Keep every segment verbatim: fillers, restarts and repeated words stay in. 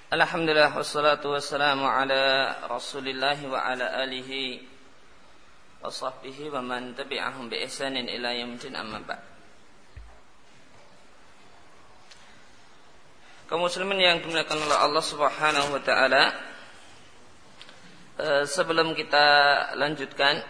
Alhamdulillah wassalatu wassalamu ala Rasulillah wa ala alihi wa sahbihi wa man tabi'ahum bi ihsanin ila yaumil amma ba'd. Kaum muslimin yang dimuliakan oleh Allah Subhanahu wa taala, sebelum kita lanjutkan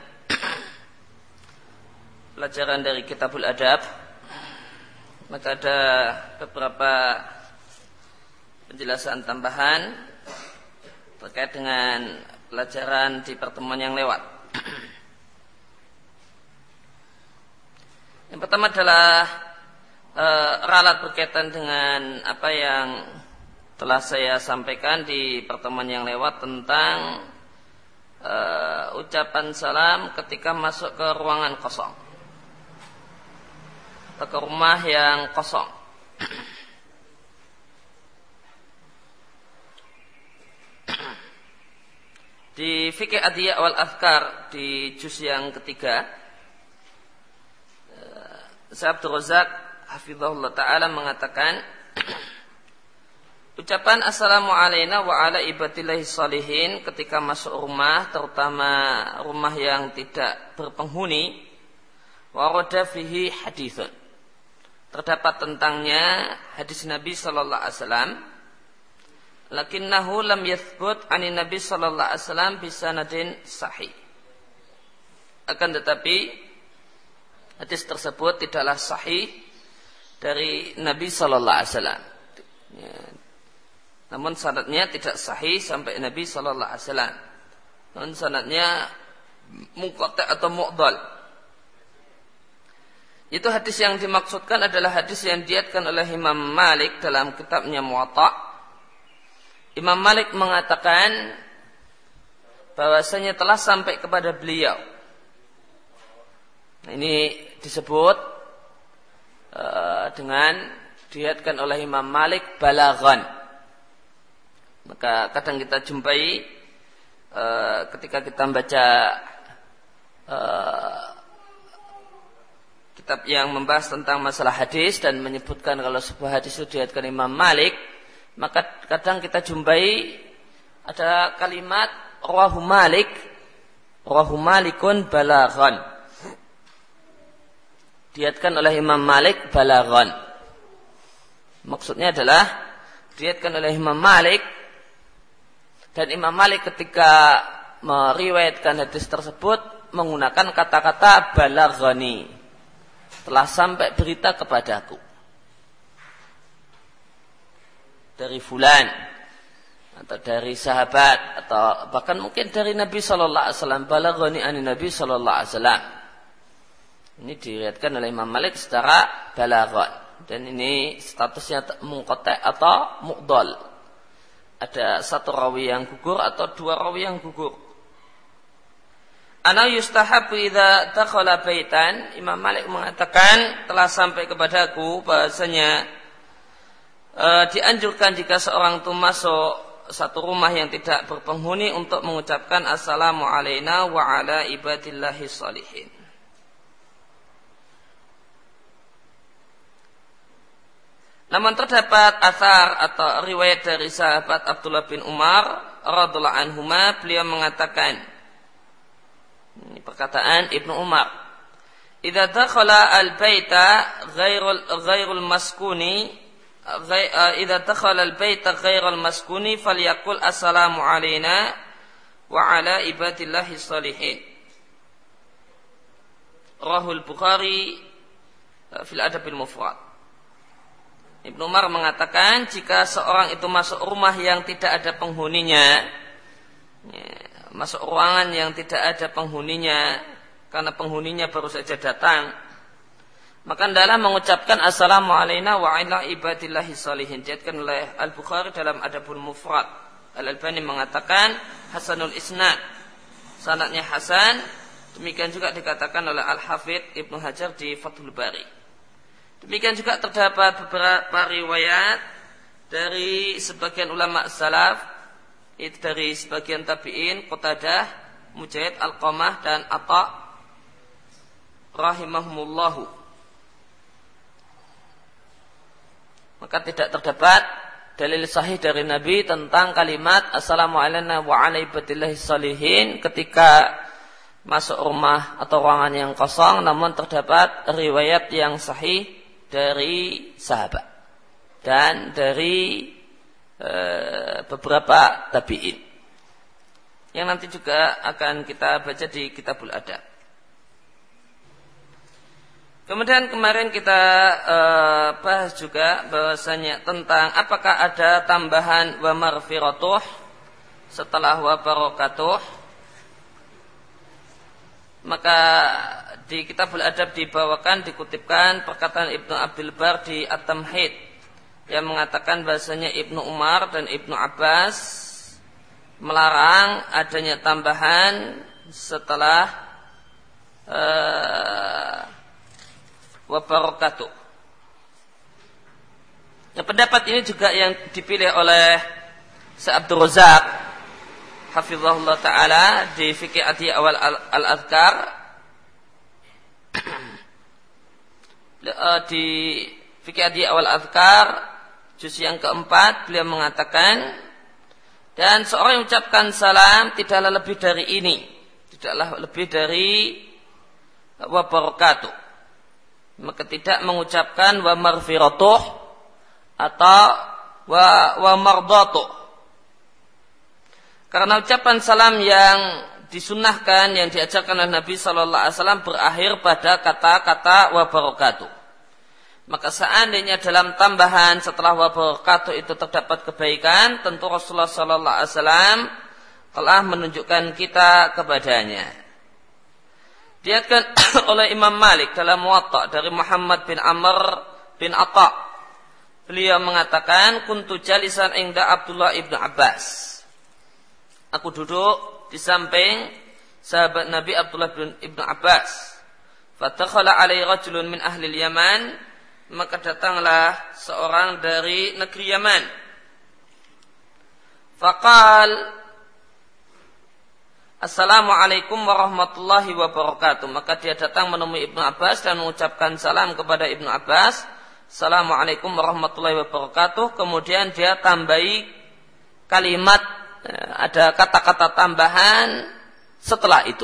pelajaran dari Kitabul Adab, maka ada beberapa penjelasan tambahan terkait dengan pelajaran di pertemuan yang lewat. Yang pertama adalah e, ralat berkaitan dengan apa yang telah saya sampaikan di pertemuan yang lewat tentang e, ucapan salam ketika masuk ke ruangan kosong atau ke rumah yang kosong. Di Fiqh Adiyah wal Afkar di juz yang ketiga, Syekh Abdul Razak hafizahullah ta'ala mengatakan, ucapan assalamu alayna wa ala ibadillahi salihin ketika masuk rumah, terutama rumah yang tidak berpenghuni, warada fihi hadithun, terdapat tentangnya hadis Nabi sallallahu alaihi wasallam, lakinnahu lam yathbut anin Nabi sallallahu alaihi wasallam bisanadin sahih. Akan tetapi hadis tersebut tidaklah sahih dari Nabi sallallahu alaihi wasallam. Ya. Namun sanadnya tidak sahih sampai Nabi sallallahu alaihi wasallam. Namun sanadnya munqati' atau mu'dhal. Itu hadis yang dimaksudkan adalah hadis yang diatkan oleh Imam Malik dalam kitabnya Muwatta'. Imam Malik mengatakan bahwasanya telah sampai kepada beliau. Nah, ini disebut uh, dengan diriwayatkan oleh Imam Malik balaghan. Maka kadang kita jumpai uh, ketika kita membaca uh, kitab yang membahas tentang masalah hadis dan menyebutkan kalau sebuah hadis itu diriwayatkan Imam Malik, maka kadang kita jumpai ada kalimat rawahu Malik, rawahu Malikun balaghan, diriwayatkan oleh Imam Malik balaghan. Maksudnya adalah diriwayatkan oleh Imam Malik, dan Imam Malik ketika meriwayatkan hadis tersebut menggunakan kata-kata balaghani, telah sampai berita kepadaku dari fulan atau dari sahabat atau bahkan mungkin dari Nabi sallallahu alaihi wasallam, balaghani an Nabi sallallahu alaihi wasallam. Ini diriwayatkan oleh Imam Malik secara balaghan, dan ini statusnya munqati' atau mu'dhal. Ada satu rawi yang gugur atau dua rawi yang gugur. Ana yustahabu idza dakhala baitan, Imam Malik mengatakan telah sampai kepadaku bahasanya E, dianjurkan jika seorang itu masuk satu rumah yang tidak berpenghuni untuk mengucapkan assalamu alayna wa ala ibadillahi salihin. Namun terdapat athar atau riwayat dari sahabat Abdullah bin Umar radhiyallahu anhuma, beliau mengatakan, ini perkataan Ibnu Umar, idza dakhala al-baita ghairul ghairul maskuni, idza dakhala al-baita ghairal maskuni falyaqul assalamu alayna wa ala ibadillahi salihin. Rahul Bukhari fil Adabil Mufrad. Ibnu Umar mengatakan jika seorang itu masuk rumah yang tidak ada penghuninya, ya, masuk ruangan yang tidak ada penghuninya karena penghuninya baru saja datang, maka hendaklah mengucapkan assalamu alayna wa ala ibadillahi salihin. Diriwayatkan oleh Al-Bukhari dalam Adabul Mufrad. Al-Albani mengatakan hasanul isnad, sanadnya hasan. Demikian juga dikatakan oleh Al-Hafidz Ibnu Hajar di Fathul Bari. Demikian juga terdapat beberapa riwayat dari sebagian ulama salaf, itu dari sebagian tabi'in, Qatadah, Mujahid, Alqamah dan Atha rahimahumullahu. Maka tidak terdapat dalil sahih dari Nabi tentang kalimat Assalamualaikum wa ala ibadillahi sholihin ketika masuk rumah atau ruangan yang kosong, namun terdapat riwayat yang sahih dari sahabat dan dari e, beberapa tabi'in yang nanti juga akan kita baca di Kitabul Adab. Kemudian kemarin kita uh, bahas juga bahwasanya tentang apakah ada tambahan wa marfiratuh setelah wa barakatuh. Maka di Kitabul Adab dibawakan, dikutipkan perkataan Ibnu Abdul Bar di At-Tamhid yang mengatakan bahwasanya Ibnu Umar dan Ibnu Abbas melarang adanya tambahan setelah uh, wa barakatuh. Nah, pendapat ini juga yang dipilih oleh Syekh Abdul Razak hafizahullah taala di Fiqh Adi Awal Al-Adhkar di Fiqh Adi Awal Al-Adhkar juz yang keempat beliau mengatakan, dan seorang yang mengucapkan salam tidaklah lebih dari ini, tidaklah lebih dari wa barakatuh, maka tidak mengucapkan wa marfiratuh atau wa, wa mardatuh. Karena ucapan salam yang disunnahkan, yang diajarkan oleh Nabi Sallallahu Alaihi Wasallam berakhir pada kata-kata wa barakatuh. Maka seandainya dalam tambahan setelah wa barakatuh itu terdapat kebaikan, tentu Rasulullah Sallallahu Alaihi Wasallam telah menunjukkan kita kepadanya. Diatkan oleh Imam Malik dalam Muwatta dari Muhammad bin Amr bin Atta. Beliau mengatakan, kuntu jalisan inda Abdullah ibnu Abbas. Aku duduk di samping sahabat Nabi Abdullah bin ibnu Abbas. Fadakhala alaihi rajulun min ahli Yaman, maka datanglah seorang dari negeri Yaman. Faqal Assalamualaikum warahmatullahi wabarakatuh. Maka dia datang menemui Ibnu Abbas dan mengucapkan salam kepada Ibnu Abbas. Assalamualaikum warahmatullahi wabarakatuh. Kemudian dia tambahi kalimat, ada kata-kata tambahan setelah itu.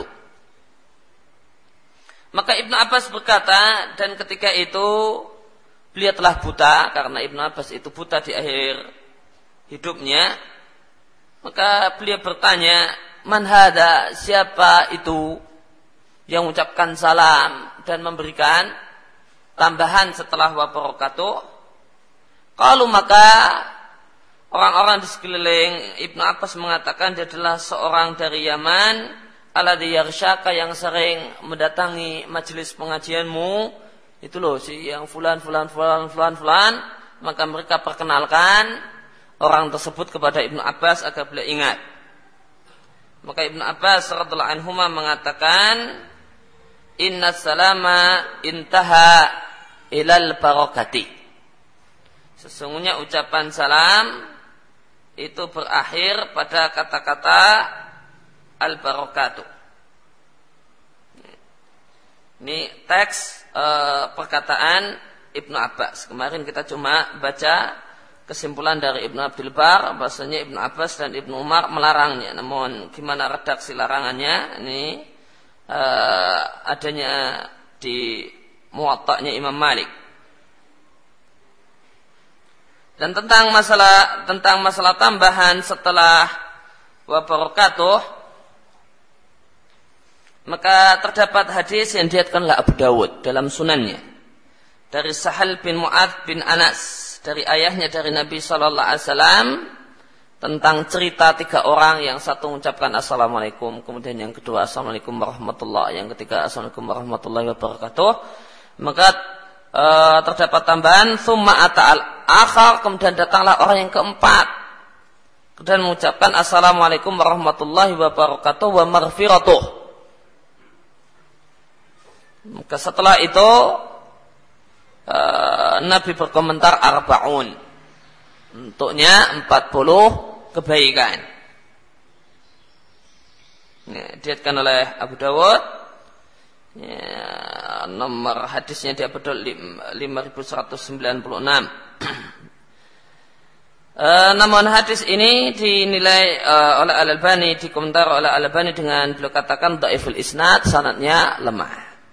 Maka Ibnu Abbas berkata, dan ketika itu beliau telah buta, karena Ibnu Abbas itu buta di akhir hidupnya. Maka beliau bertanya, man hada, siapa itu yang mengucapkan salam dan memberikan tambahan setelah wa barakatuh? Kalau maka orang-orang di sekeliling Ibnu Abbas mengatakan dia adalah seorang dari Yaman, alladzi yarsyaka, yang sering mendatangi majelis pengajianmu, itu loh si yang fulan fulan fulan fulan fulan. Maka mereka perkenalkan orang tersebut kepada Ibnu Abbas agar beliau ingat. Maka Ibnu Abbas radhiyallahu anhuma mengatakan, inna salama intaha ilal barakati. Sesungguhnya ucapan salam itu berakhir pada kata-kata al-barakatuh. Ini teks e, perkataan Ibnu Abbas. Kemarin kita cuma baca kesimpulan dari Ibnu Abdul Bar, bahasanya Ibnu Abbas dan Ibnu Umar melarangnya. Namun gimana redaksi larangannya? Ini uh, adanya di Muwatta'nya Imam Malik. Dan tentang masalah tentang masalah tambahan setelah wa barakatuh, maka terdapat hadis yang diriwayatkan oleh Abu Dawud dalam sunannya dari Sahal bin Mu'adz bin Anas, dari ayahnya dari Nabi Sallallahu Alaihi Wasallam, tentang cerita tiga orang, yang satu mengucapkan Assalamualaikum, kemudian yang kedua Assalamualaikum warahmatullahi, yang ketiga Assalamualaikum warahmatullahi wabarakatuh. Maka e, terdapat tambahan summa ata'al akhar, kemudian datanglah orang yang keempat dan mengucapkan Assalamualaikum warahmatullahi wabarakatuh wa maghfiratuh. Maka setelah itu Uh, Nabi berkomentar arba'un, untuknya empat puluh kebaikan. Ya, diriwayatkan oleh Abu Dawud. Ya, nomor hadisnya di Abu Dawud lima ribu seratus sembilan puluh enam. E, namun hadis ini dinilai e, oleh Al-Albani, dikomentar oleh Al-Albani dengan beliau katakan dhaiful isnad, sanadnya lemah.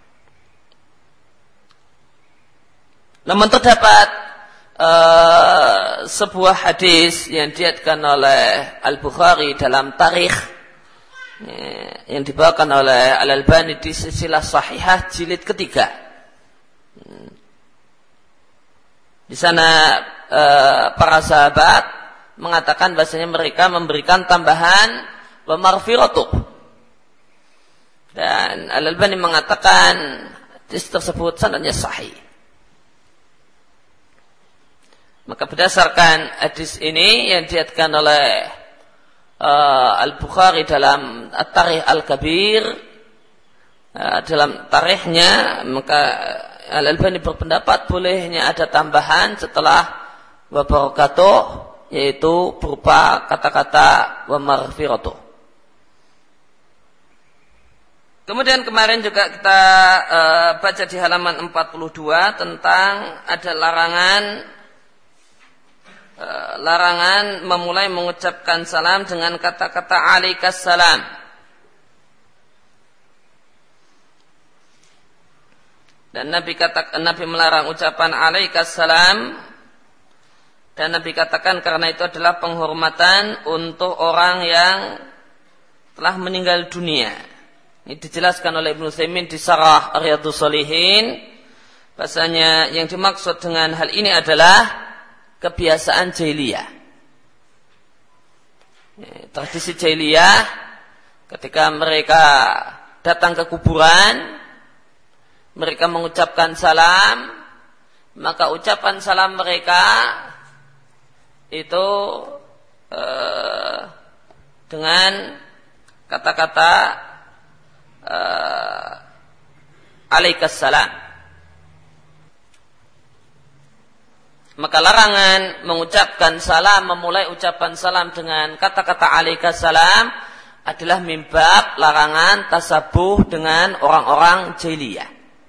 Namun terdapat e, sebuah hadis yang diriwayatkan oleh Al-Bukhari dalam tarikh e, yang dibawakan oleh Al-Albani di silsilah sahihah jilid ketiga. Di sana Uh, para sahabat mengatakan bahasanya mereka memberikan tambahan wa maghfiratuh, dan Al-Albani mengatakan hadis tersebut sanadnya sahih. Maka berdasarkan hadis ini yang diriwayatkan oleh uh, Al-Bukhari dalam At-Tarikh Al-Kabir, uh, dalam tarikhnya, maka Al-Albani berpendapat bolehnya ada tambahan setelah wa barakatuh, yaitu berupa kata-kata wa maghfiratuh. Kemudian kemarin juga kita uh, baca di halaman empat puluh dua tentang ada larangan uh, larangan memulai mengucapkan salam dengan kata-kata alaikas salam. Dan Nabi kata Nabi melarang ucapan alaikas salam. Dan Nabi katakan karena itu adalah penghormatan untuk orang yang telah meninggal dunia. Ini dijelaskan oleh Ibnu Utsaimin di Syarah Riyadhus Shalihin. Bahasanya yang dimaksud dengan hal ini adalah kebiasaan jahiliyah. Tradisi jahiliyah ketika mereka datang ke kuburan, mereka mengucapkan salam, maka ucapan salam mereka itu eh, dengan kata-kata eh, alaikas salam. Maka larangan mengucapkan salam, memulai ucapan salam dengan kata-kata alaikas salam adalah mimbab larangan tasabuh dengan orang-orang jahiliyah.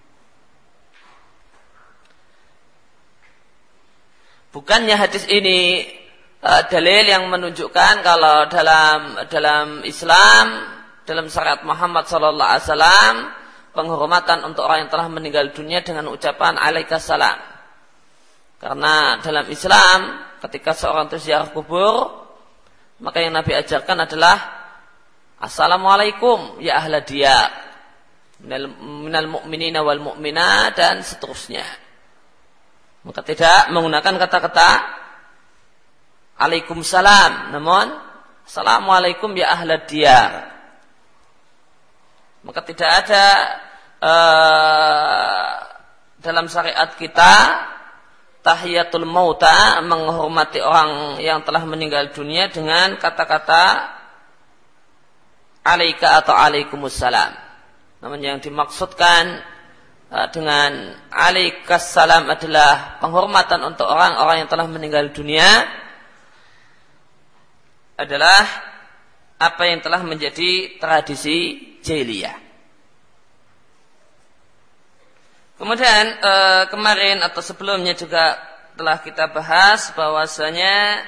Bukannya hadis ini uh, dalil yang menunjukkan kalau dalam dalam Islam, dalam syariat Muhammad sallallahu alaihi wasallam, penghormatan untuk orang yang telah meninggal dunia dengan ucapan alaikas salam. Karena dalam Islam ketika seorang itu ziarah kubur, maka yang Nabi ajarkan adalah assalamualaikum ya ahla diyar minal, minal mu'minina wal mu'minat dan seterusnya. Maka tidak menggunakan kata-kata Waalaikumsalam, namun Assalamualaikum ya ahlad diyar. Maka tidak ada uh, dalam syariat kita tahiyatul mauta, menghormati orang yang telah meninggal dunia dengan kata-kata alaika atau alaikumussalam. Namun yang dimaksudkan dengan alaikas salam adalah penghormatan untuk orang-orang yang telah meninggal dunia, adalah apa yang telah menjadi tradisi jahiliyah. Kemudian eh, kemarin atau sebelumnya juga telah kita bahas bahwasanya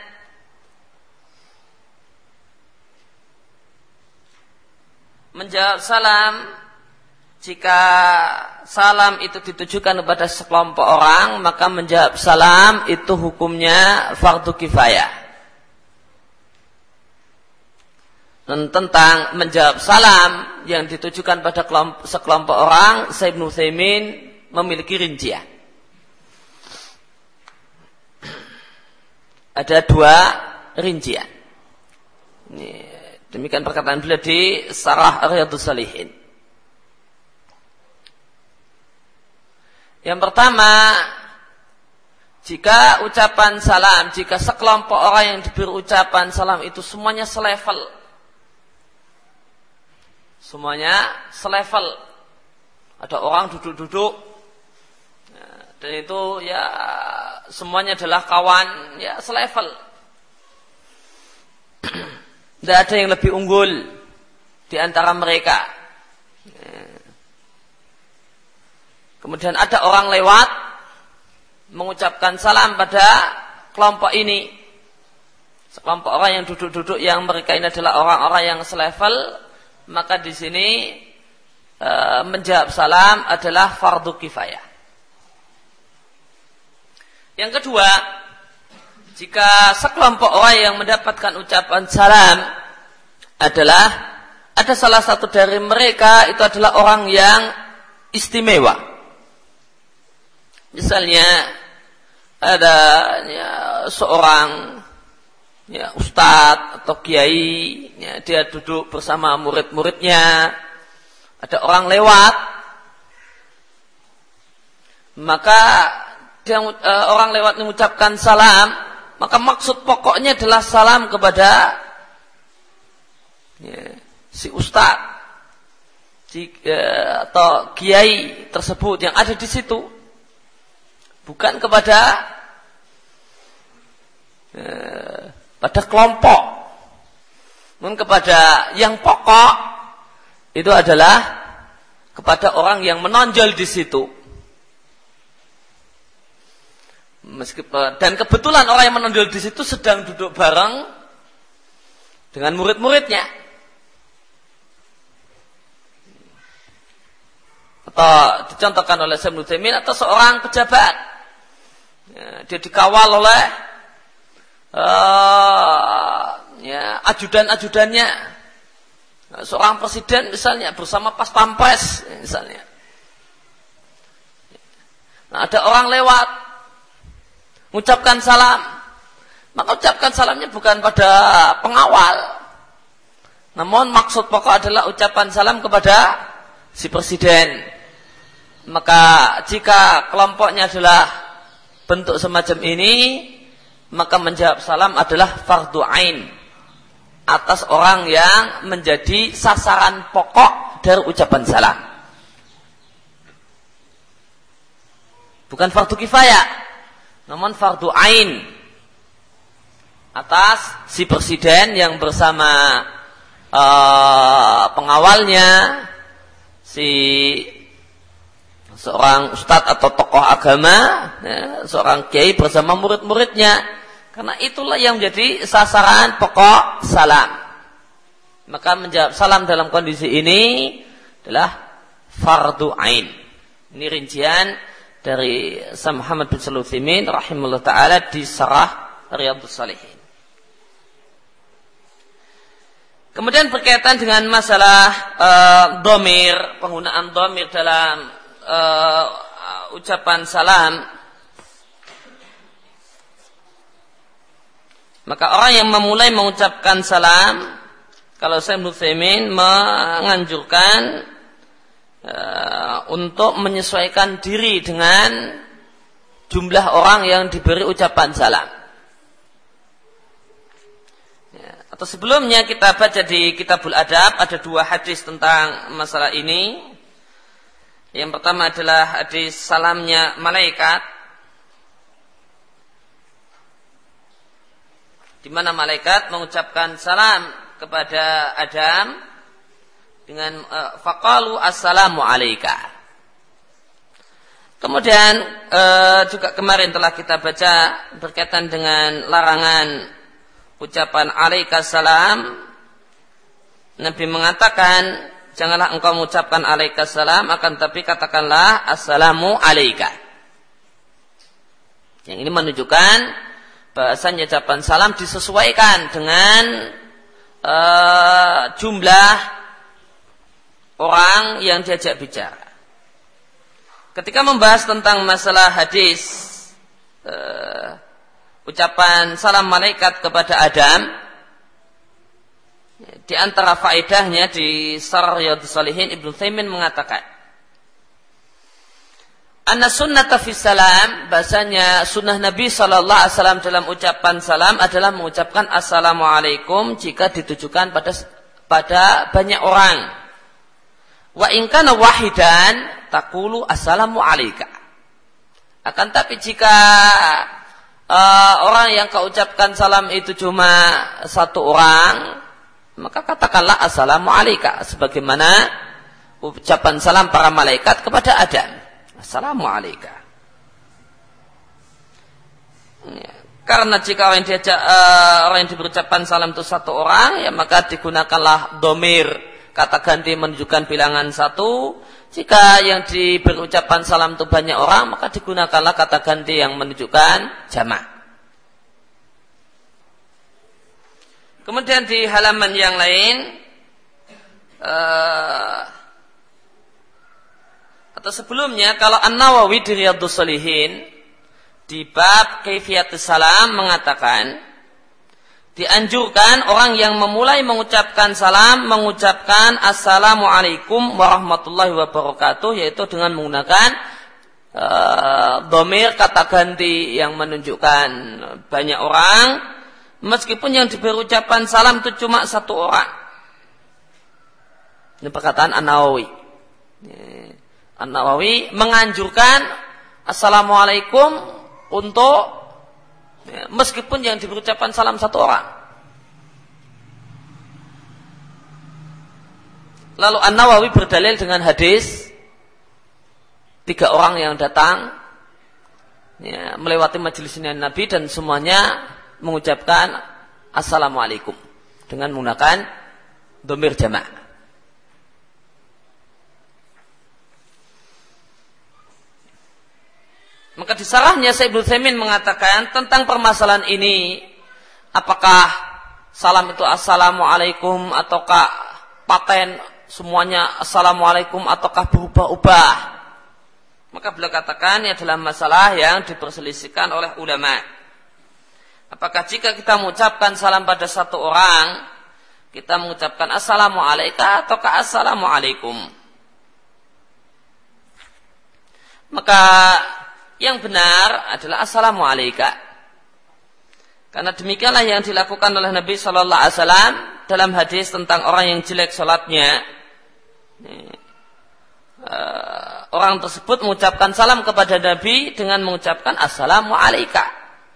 menjawab salam, jika salam itu ditujukan kepada sekelompok orang, maka menjawab salam itu hukumnya fardu kifayah. Dan tentang menjawab salam yang ditujukan pada kelompok, sekelompok orang, Syekh Ibnu Utsaimin memiliki rincian. Ada dua rincian. Ini, demikian perkataan beliau di Syarah Riyadhus Shalihin. Yang pertama, jika ucapan salam, jika sekelompok orang yang diberi ucapan salam itu semuanya selevel, semuanya selevel, ada orang duduk-duduk, dan itu ya semuanya adalah kawan, ya selevel, tidak ada yang lebih unggul di antara mereka. Kemudian ada orang lewat mengucapkan salam pada kelompok ini. sekelompok orang yang duduk-duduk yang mereka ini adalah orang-orang yang selevel, maka di sini e, menjawab salam adalah fardu kifayah. Yang kedua, jika sekelompok orang yang mendapatkan ucapan salam adalah ada salah satu dari mereka itu adalah orang yang istimewa. Misalnya ada ya, seorang ya, ustadz atau kiai, ya, dia duduk bersama murid-muridnya, ada orang lewat, maka dia, uh, orang lewat mengucapkan salam, maka maksud pokoknya adalah salam kepada ya, si ustadz si, uh, atau kiai tersebut yang ada di situ, bukan kepada uh, pada kelompok, namun kepada yang pokok itu adalah kepada orang yang menonjol di situ. Meskipun, dan kebetulan orang yang menonjol di situ sedang duduk bareng dengan murid-muridnya, atau dicontohkan oleh Syekh Ibnu Utsaimin, atau seorang pejabat, ya, dia dikawal oleh uh, ya, ajudan-ajudannya, seorang presiden misalnya bersama pas pampres misalnya. Nah, ada orang lewat mengucapkan salam, maka ucapkan salamnya bukan pada pengawal, namun maksud pokok adalah ucapan salam kepada si presiden. Maka jika kelompoknya adalah bentuk semacam ini, maka menjawab salam adalah fardu ain atas orang yang menjadi sasaran pokok dari ucapan salam, bukan fardu kifayah, namun fardu ain atas si presiden yang bersama uh, pengawalnya, si seorang ustadz atau tokoh agama, ya, seorang kiai bersama murid-muridnya, karena itulah yang menjadi sasaran pokok salam. Maka menjawab salam dalam kondisi ini adalah fardu ain. Ini rincian dari Syekh Muhammad bin Shalih Al-Utsaimin rahimahullah ta'ala di Syarah Riyadhus Shalihin. Kemudian berkaitan dengan masalah uh, dhamir, penggunaan dhamir dalam uh, ucapan salam, maka orang yang memulai mengucapkan salam, kalau Syekh Ibnu Utsaimin menganjurkan Uh, untuk menyesuaikan diri dengan jumlah orang yang diberi ucapan salam. Ya, atau sebelumnya kita baca di Kitabul Adab ada dua hadis tentang masalah ini. Yang pertama adalah hadis salamnya malaikat, di mana malaikat mengucapkan salam kepada Adam dengan uh, faqalu assalamu alayka. Kemudian uh, juga kemarin telah kita baca berkaitan dengan larangan ucapan alaika salam. Nabi mengatakan, janganlah engkau mengucapkan alaika salam, akan tapi katakanlah assalamu alayka. Yang ini menunjukkan bahasanya ucapan salam disesuaikan dengan uh, jumlah orang yang diajak bicara. Ketika membahas tentang masalah hadis uh, ucapan salam malaikat kepada Adam, di antara faedahnya di Syarah Riyadhus Shalihin, Ibnu Utsaimin mengatakan, anna sunnata fi salam, bahasanya sunnah Nabi sallallahu alaihi wasallam dalam ucapan salam adalah mengucapkan assalamualaikum jika ditujukan pada pada banyak orang. Wa in kana wahidan taqulu assalamu alayka. Akan tapi jika uh, orang yang kau ucapkan salam itu cuma satu orang, maka katakanlah assalamu alayka sebagaimana ucapan salam para malaikat kepada Adam. Assalamu alayka. Karena jika orang yang diajak uh, orang yang diberucapkan salam itu satu orang, ya maka digunakanlah domir kata ganti menunjukkan bilangan satu. Jika yang diberi ucapan salam itu banyak orang, maka digunakanlah kata ganti yang menunjukkan jamak. Kemudian di halaman yang lain uh, atau sebelumnya, kalau An-Nawawi di Riyadhus Shalihin di bab kaifiyatus salam mengatakan dianjurkan orang yang memulai mengucapkan salam mengucapkan assalamualaikum warahmatullahi wabarakatuh, yaitu dengan menggunakan uh, dhamir kata ganti yang menunjukkan banyak orang, meskipun yang diberi ucapan salam itu cuma satu orang. Ini perkataan An-Nawawi. An-Nawawi menganjurkan assalamualaikum untuk ya, meskipun yang diberi ucapan salam satu orang. Lalu An-Nawawi berdalil dengan hadis tiga orang yang datang ya, melewati majelisnya Nabi dan semuanya mengucapkan assalamualaikum dengan menggunakan dhamir jamak. Maka di sarahnya Syekh Ibnu Utsaimin mengatakan tentang permasalahan ini, apakah salam itu assalamualaikum ataukah paten semuanya assalamualaikum ataukah berubah-ubah. Maka beliau katakan ini adalah masalah yang diperselisihkan oleh ulama. Apakah jika kita mengucapkan salam pada satu orang, kita mengucapkan assalamualaikum ataukah assalamualaikum. Maka yang benar adalah assalamualaikum. Karena demikianlah yang dilakukan oleh Nabi Shallallahu Alaihi Wasallam dalam hadis tentang orang yang jelek salatnya. Orang tersebut mengucapkan salam kepada Nabi dengan mengucapkan assalamualaikum.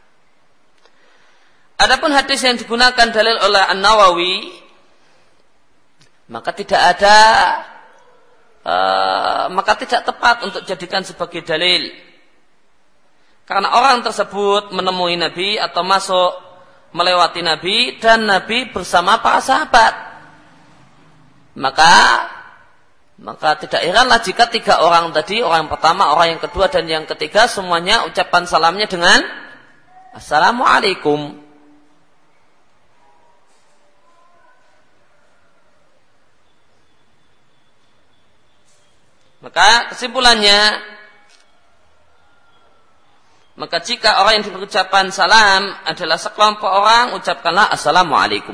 Adapun hadis yang digunakan dalil oleh An-Nawawi, maka tidak ada, uh, maka tidak tepat untuk jadikan sebagai dalil. Karena orang tersebut menemui Nabi atau masuk melewati Nabi dan Nabi bersama para sahabat. Maka maka tidak heranlah jika tiga orang tadi, orang yang pertama, orang yang kedua dan yang ketiga semuanya ucapan salamnya dengan assalamualaikum. Maka kesimpulannya, maka jika orang yang diberi ucapan salam adalah sekelompok orang, ucapkanlah assalamualaikum.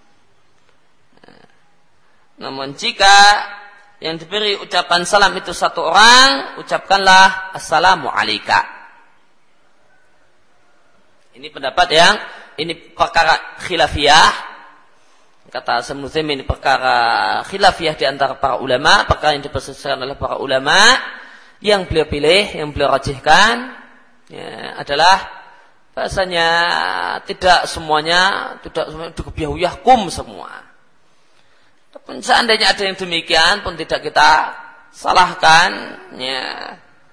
Namun jika yang diberi ucapan salam itu satu orang, ucapkanlah assalamualaikum. Ini pendapat yang, ini perkara khilafiyah. Kata Syekh Ibnu Utsaimin, ini perkara khilafiyah di antara para ulama, perkara yang diperselisihkan oleh para ulama. Yang beliau pilih, yang beliau rajihkan ya, adalah bahasanya tidak semuanya, tidak semuanya cukup yahkum semua. Tapi seandainya ada yang demikian pun tidak kita salahkan. Ya.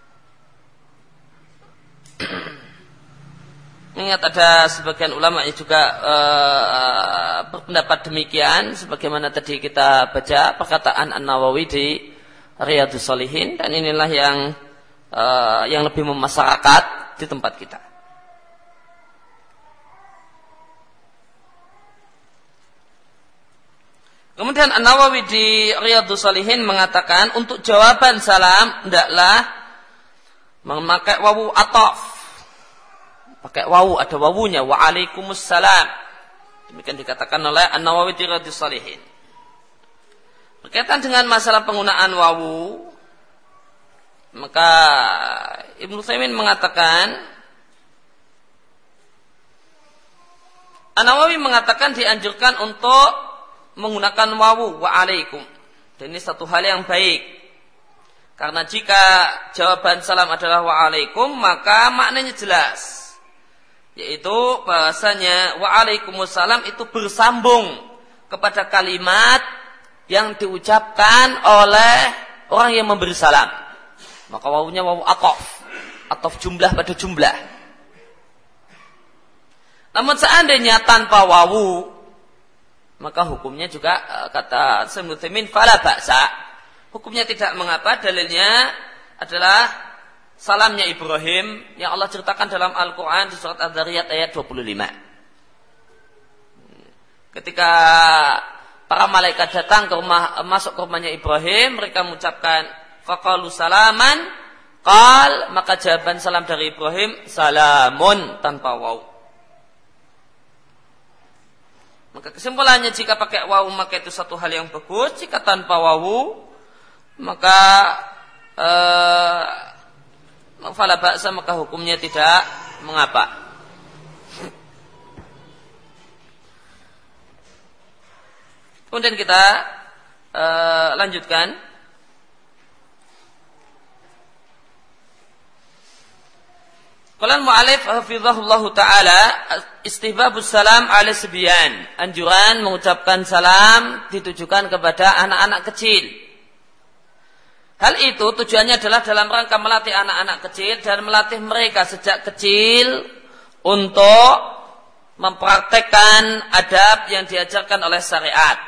Ingat ada sebagian ulama yang juga uh, berpendapat demikian, sebagaimana tadi kita baca perkataan An-Nawawi di Riyadhus Shalihin, dan inilah yang uh, yang lebih memasyarakat di tempat kita. Kemudian An-Nawawi di Riyadhus Shalihin mengatakan untuk jawaban salam hendaklah memakai wawu ataf. Pakai wawu, ada wawunya, wa'alaikumussalam. Demikian dikatakan oleh An-Nawawi di Riyadhus Shalihin. Berkaitan dengan masalah penggunaan wawu, maka Ibnu Utsaimin mengatakan, An-Nawawi mengatakan dianjurkan untuk menggunakan wawu wa'alaikum. Dan ini satu hal yang baik. Karena jika jawaban salam adalah wa'alaikum, maka maknanya jelas. Yaitu bahasanya wa'alaikumussalam itu bersambung kepada kalimat yang diucapkan oleh orang yang memberi salam. Maka wawunya wawu atof, atof jumlah pada jumlah. Namun seandainya tanpa wawu, maka hukumnya juga kata Syekh Utsaimin fala ba'sa. Hukumnya tidak mengapa, dalilnya adalah salamnya Ibrahim yang Allah ceritakan dalam Al-Quran di surat Az-Zariyat ayat dua puluh lima. Ketika para malaikat datang ke rumah, masuk ke rumahnya Ibrahim, mereka mengucapkan faqalu salaman, qal, maka jawaban salam dari Ibrahim salamun tanpa waw. Maka kesimpulannya jika pakai waw maka itu satu hal yang bagus, jika tanpa waw maka eh, fala ba'sa, maka hukumnya tidak mengapa. Kemudian kita uh, lanjutkan. Qala al-mu'allif hafizahullahu taala istihbabus salam ala sibyan, anjuran mengucapkan salam ditujukan kepada anak-anak kecil. Hal itu tujuannya adalah dalam rangka melatih anak-anak kecil dan melatih mereka sejak kecil untuk mempraktekkan adab yang diajarkan oleh syariat.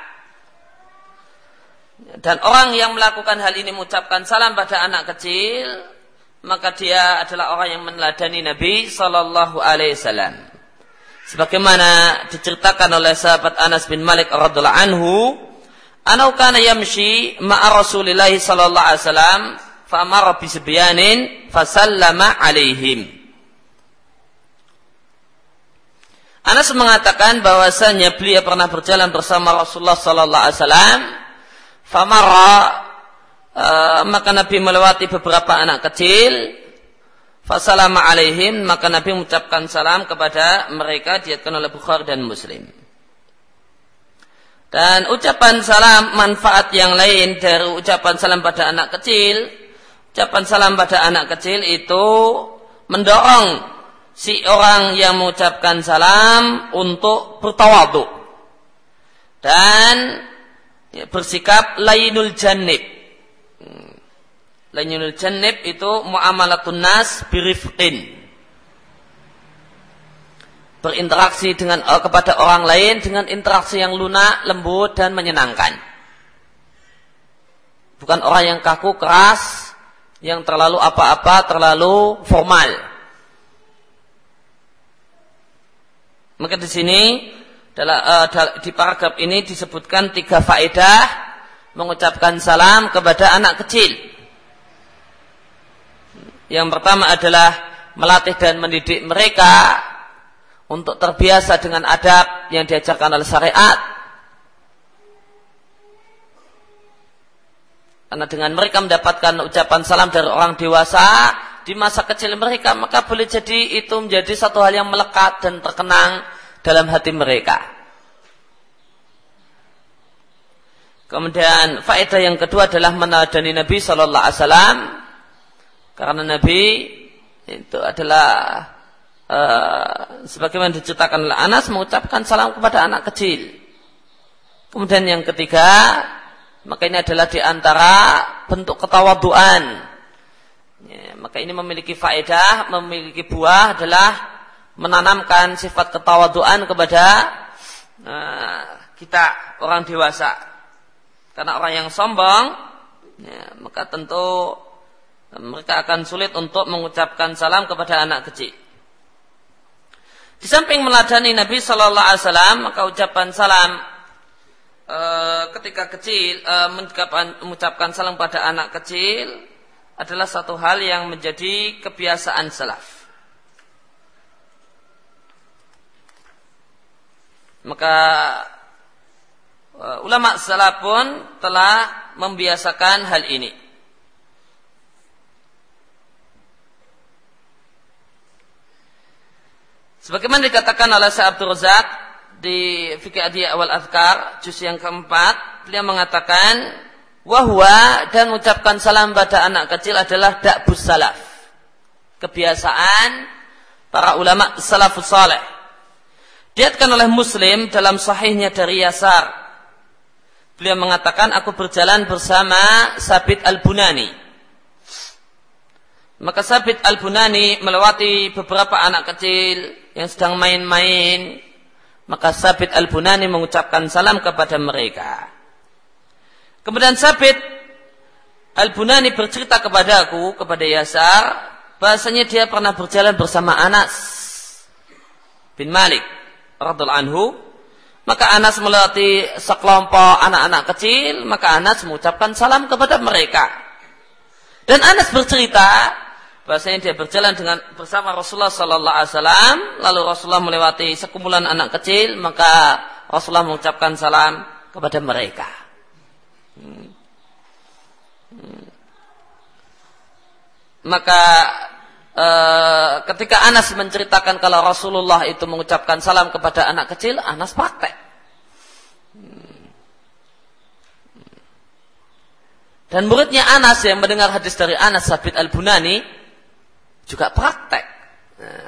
Dan orang yang melakukan hal ini mengucapkan salam pada anak kecil, maka dia adalah orang yang meneladani Nabi sallallahu alaihi wasallam. Sebagaimana diceritakan oleh sahabat Anas bin Malik radhiyallahu anhu, anau kana yamshi ma'a Rasulillah sallallahu alaihi wasallam fa amara bi sibyanin fa sallama alaihim. Anas mengatakan bahwasanya beliau pernah berjalan bersama Rasulullah sallallahu alaihi wasallam. Famara, uh, maka Nabi melewati beberapa anak kecil. Fasalama alaihim, maka Nabi mengucapkan salam kepada mereka, diriwayatkan oleh Bukhari dan Muslim. Dan ucapan salam, manfaat yang lain dari ucapan salam pada anak kecil, ucapan salam pada anak kecil itu mendorong si orang yang mengucapkan salam untuk bertawadhu dan bersikap lainul jannib. Lainul jannib itu muamalatun nas birifqin. Berinteraksi dengan uh, kepada orang lain dengan interaksi yang lunak, lembut dan menyenangkan. Bukan orang yang kaku, keras, yang terlalu apa-apa, terlalu formal. Maka di sini Dalam, uh, di paragraf ini disebutkan tiga faedah mengucapkan salam kepada anak kecil. Yang pertama adalah melatih dan mendidik mereka untuk terbiasa dengan adab yang diajarkan oleh syariat. Karena dengan mereka mendapatkan ucapan salam dari orang dewasa di masa kecil mereka, maka boleh jadi itu menjadi satu hal yang melekat dan terkenang dalam hati mereka. Kemudian faedah yang kedua adalah meneladani Nabi Sallallahu Alaihi Wasallam, karena Nabi itu adalah uh, sebagaimana diceritakan oleh Anas mengucapkan salam kepada anak kecil. Kemudian yang ketiga, maka ini adalah diantara bentuk ketawaduan. Ya, maka ini memiliki faedah, memiliki buah adalah menanamkan sifat ketawaduan kepada uh, kita orang dewasa. Karena orang yang sombong, ya, maka tentu mereka akan sulit untuk mengucapkan salam kepada anak kecil. Di samping meladani Nabi Sallallahu Alaihi Wasallam, maka ucapan salam uh, ketika kecil, uh, mengucapkan, mengucapkan salam pada anak kecil adalah satu hal yang menjadi kebiasaan salaf. Maka uh, ulama salaf pun telah membiasakan hal ini. Sebagaimana dikatakan oleh Syekh Abdul Razak di Fiqh Adiyah Awal Adhkar juz yang keempat, beliau mengatakan wahwa dan mengucapkan salam pada anak kecil adalah da'bus salaf, kebiasaan para ulama salafus saleh. Diriwayatkan oleh Muslim dalam sahihnya dari Yasar. Beliau mengatakan, aku berjalan bersama Sabit Al-Bunani. Maka Sabit Al-Bunani melewati beberapa anak kecil yang sedang main-main. Maka Sabit Al-Bunani mengucapkan salam kepada mereka. Kemudian Sabit Al-Bunani bercerita kepadaku, kepada Yasar, bahasanya dia pernah berjalan bersama Anas bin Malik radhiyallahu anhu. Maka Anas melewati sekelompok anak-anak kecil, maka Anas mengucapkan salam kepada mereka. Dan Anas bercerita bahasanya dia berjalan dengan bersama Rasulullah sallallahu alaihi wasallam, lalu Rasulullah melewati sekumpulan anak kecil, maka Rasulullah mengucapkan salam kepada mereka. Hmm. Hmm. Maka e, ketika Anas menceritakan kalau Rasulullah itu mengucapkan salam kepada anak kecil, Anas praktek. Hmm. Dan muridnya Anas yang mendengar hadis dari Anas, Sabit Al-Bunani, juga praktek. Nah.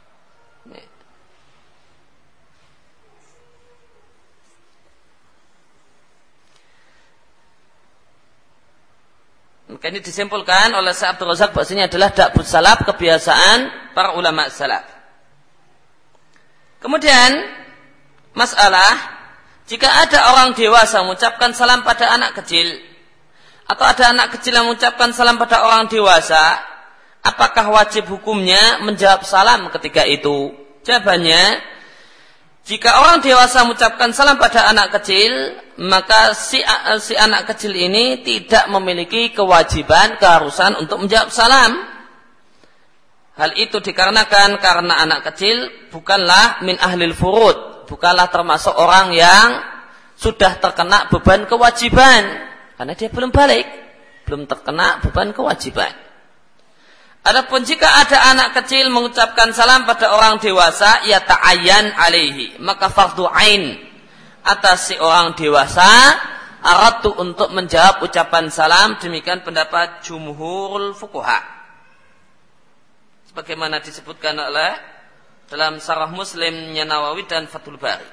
Maka ini disimpulkan oleh Syekh Abdul Razak bahasanya adalah da'bus salaf, kebiasaan para ulama salaf. Kemudian masalah, jika ada orang dewasa mengucapkan salam pada anak kecil, atau ada anak kecil yang mengucapkan salam pada orang dewasa, apakah wajib hukumnya menjawab salam ketika itu? Jawabannya, jika orang dewasa mengucapkan salam pada anak kecil, maka si, si anak kecil ini tidak memiliki kewajiban, keharusan untuk menjawab salam. Hal itu dikarenakan karena anak kecil bukanlah min ahlil furud, bukanlah termasuk orang yang sudah terkena beban kewajiban, karena dia belum balik, belum terkena beban kewajiban. Adapun jika ada anak kecil mengucapkan salam pada orang dewasa, ya ta'ayyan alaihi, maka fardu ain atas si orang dewasa aratu untuk menjawab ucapan salam. Demikian pendapat jumhurul fuqaha, sebagaimana disebutkan oleh dalam Syarah Muslimnya Nawawi dan Fathul Bari.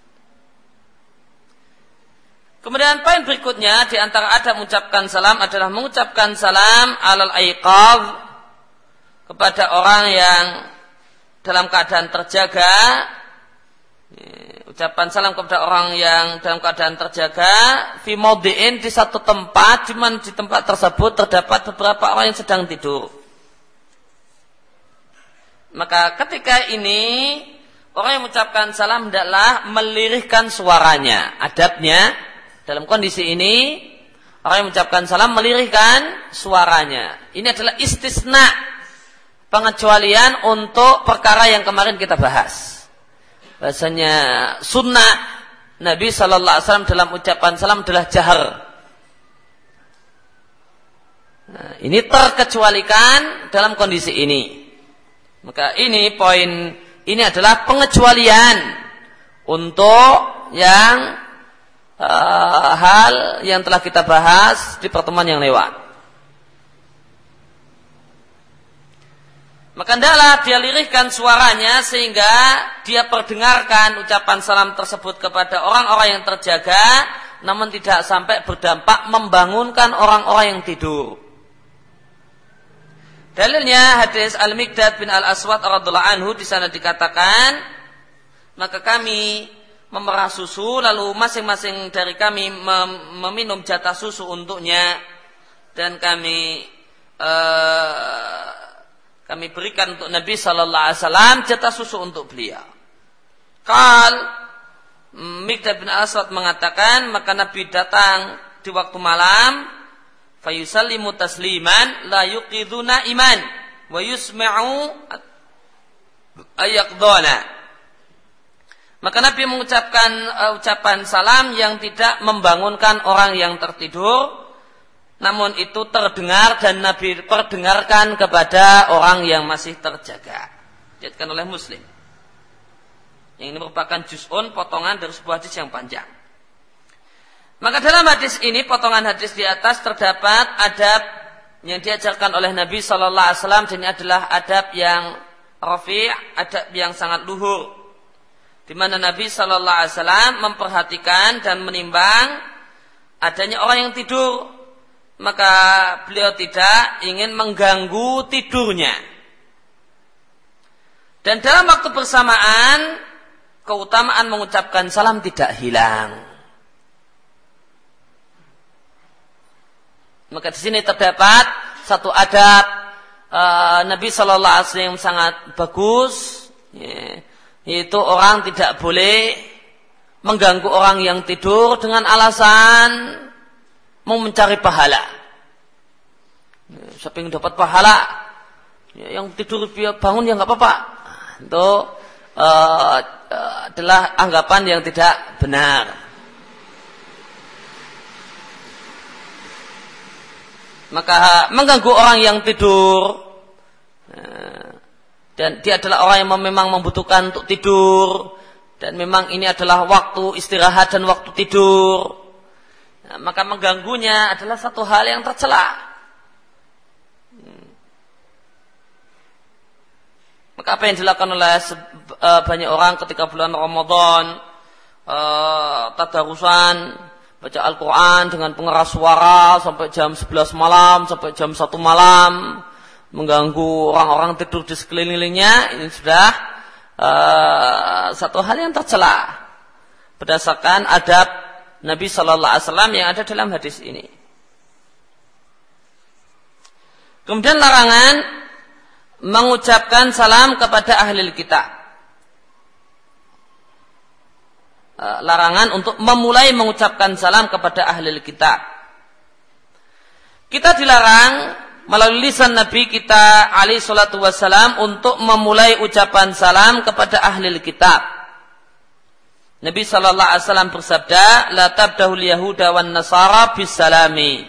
Kemudian poin berikutnya di antara adab mengucapkan salam adalah mengucapkan salam alal aiqadh, kepada orang yang dalam keadaan terjaga. Ucapan salam kepada orang yang dalam keadaan terjaga fi maudhi'in, di satu tempat, di mana di tempat tersebut terdapat beberapa orang yang sedang tidur. Maka ketika ini orang yang mengucapkan salam hendaklah melirihkan suaranya. Adabnya dalam kondisi ini orang yang mengucapkan salam melirihkan suaranya. Ini adalah istisna, pengecualian untuk perkara yang kemarin kita bahas. Bahasanya sunnah Nabi Sallallahu Alaihi Wasallam dalam ucapan salam adalah jahar. Nah, ini terkecualikan dalam kondisi ini. Maka ini poin ini adalah pengecualian untuk yang uh, hal yang telah kita bahas di pertemuan yang lewat. Maka hendaklah dia lirihkan suaranya sehingga dia perdengarkan ucapan salam tersebut kepada orang-orang yang terjaga, namun tidak sampai berdampak membangunkan orang-orang yang tidur. Dalilnya hadis Al-Miqdad bin Al-Aswad radhiyallahu anhu, di sana dikatakan, maka kami memerah susu, lalu masing-masing dari kami mem- meminum jatah susu untuknya, dan kami uh, kami berikan untuk Nabi Sallallahu Alaihi Wasallam jatah susu untuk beliau. Qal Miqdad bin Aswad mengatakan, maka Nabi datang di waktu malam, fayusallimu tasliman la yuqiduna iman wa yusma'u ayaqdana. Maka Nabi mengucapkan uh, ucapan salam yang tidak membangunkan orang yang tertidur, namun itu terdengar dan Nabi perdengarkan kepada orang yang masih terjaga. Diriwayatkan oleh Muslim. Yang ini merupakan juz'un, potongan dari sebuah hadis yang panjang. Maka dalam hadis ini, potongan hadis di atas terdapat adab yang diajarkan oleh Nabi Sallallahu Alaihi Wasallam, dan ini adalah adab yang rafi', adab yang sangat luhur, di mana Nabi Sallallahu Alaihi Wasallam memperhatikan dan menimbang adanya orang yang tidur, maka beliau tidak ingin mengganggu tidurnya. Dan dalam waktu bersamaan, keutamaan mengucapkan salam tidak hilang. Maka di sini terdapat satu adab uh, Nabi Shallallahu Alaihi Wasallam yang sangat bagus, ya, yaitu orang tidak boleh mengganggu orang yang tidur dengan alasan mau mencari pahala. Ya, siapa yang dapat pahala, ya, yang tidur biar bangun ya nggak apa-apa. Itu uh, uh, adalah anggapan yang tidak benar. Maka mengganggu orang yang tidur, dan dia adalah orang yang memang membutuhkan untuk tidur, dan memang ini adalah waktu istirahat dan waktu tidur, maka mengganggunya adalah satu hal yang tercela. Maka apa yang dilakukan oleh banyak orang ketika bulan Ramadan, tadarusan, baca Al-Quran dengan pengeras suara sampai jam sebelas malam, sampai jam satu malam, mengganggu orang-orang tidur di sekelilingnya, ini sudah uh, satu hal yang tercela berdasarkan adab Nabi Shallallahu Alaihi Wasallam yang ada dalam hadis ini. Kemudian larangan mengucapkan salam kepada ahli kitab. Larangan untuk memulai mengucapkan salam kepada ahli kitab. Kita dilarang melalui lisan Nabi kita alaihi salatu wassalam untuk memulai ucapan salam kepada ahli kitab. Nabi sallallahu alaihi wasallam bersabda, la tabdahul yahuda wan nasara bis salami.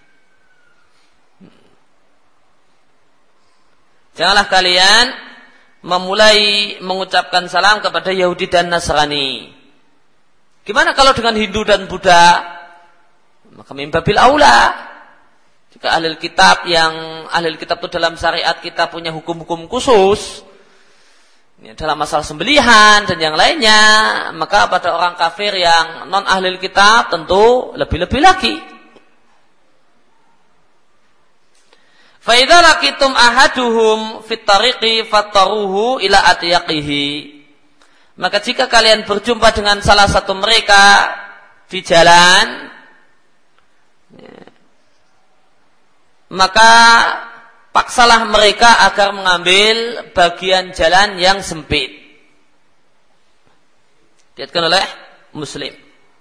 Janganlah kalian memulai mengucapkan salam kepada Yahudi dan Nasrani. Gimana kalau dengan Hindu dan Buddha? Maka min babil aula. Jika ahli kitab yang ahli kitab itu dalam syariat kita punya hukum-hukum khusus, ini dalam masalah sembelihan dan yang lainnya, maka pada orang kafir yang non ahli kitab tentu lebih-lebih lagi. Fa idza laqitum ahaduhum fit tariqi fattaruhu ila atyaqihi. Maka jika kalian berjumpa dengan salah satu mereka di jalan, maka paksalah mereka agar mengambil bagian jalan yang sempit. Diriwayatkan oleh Muslim.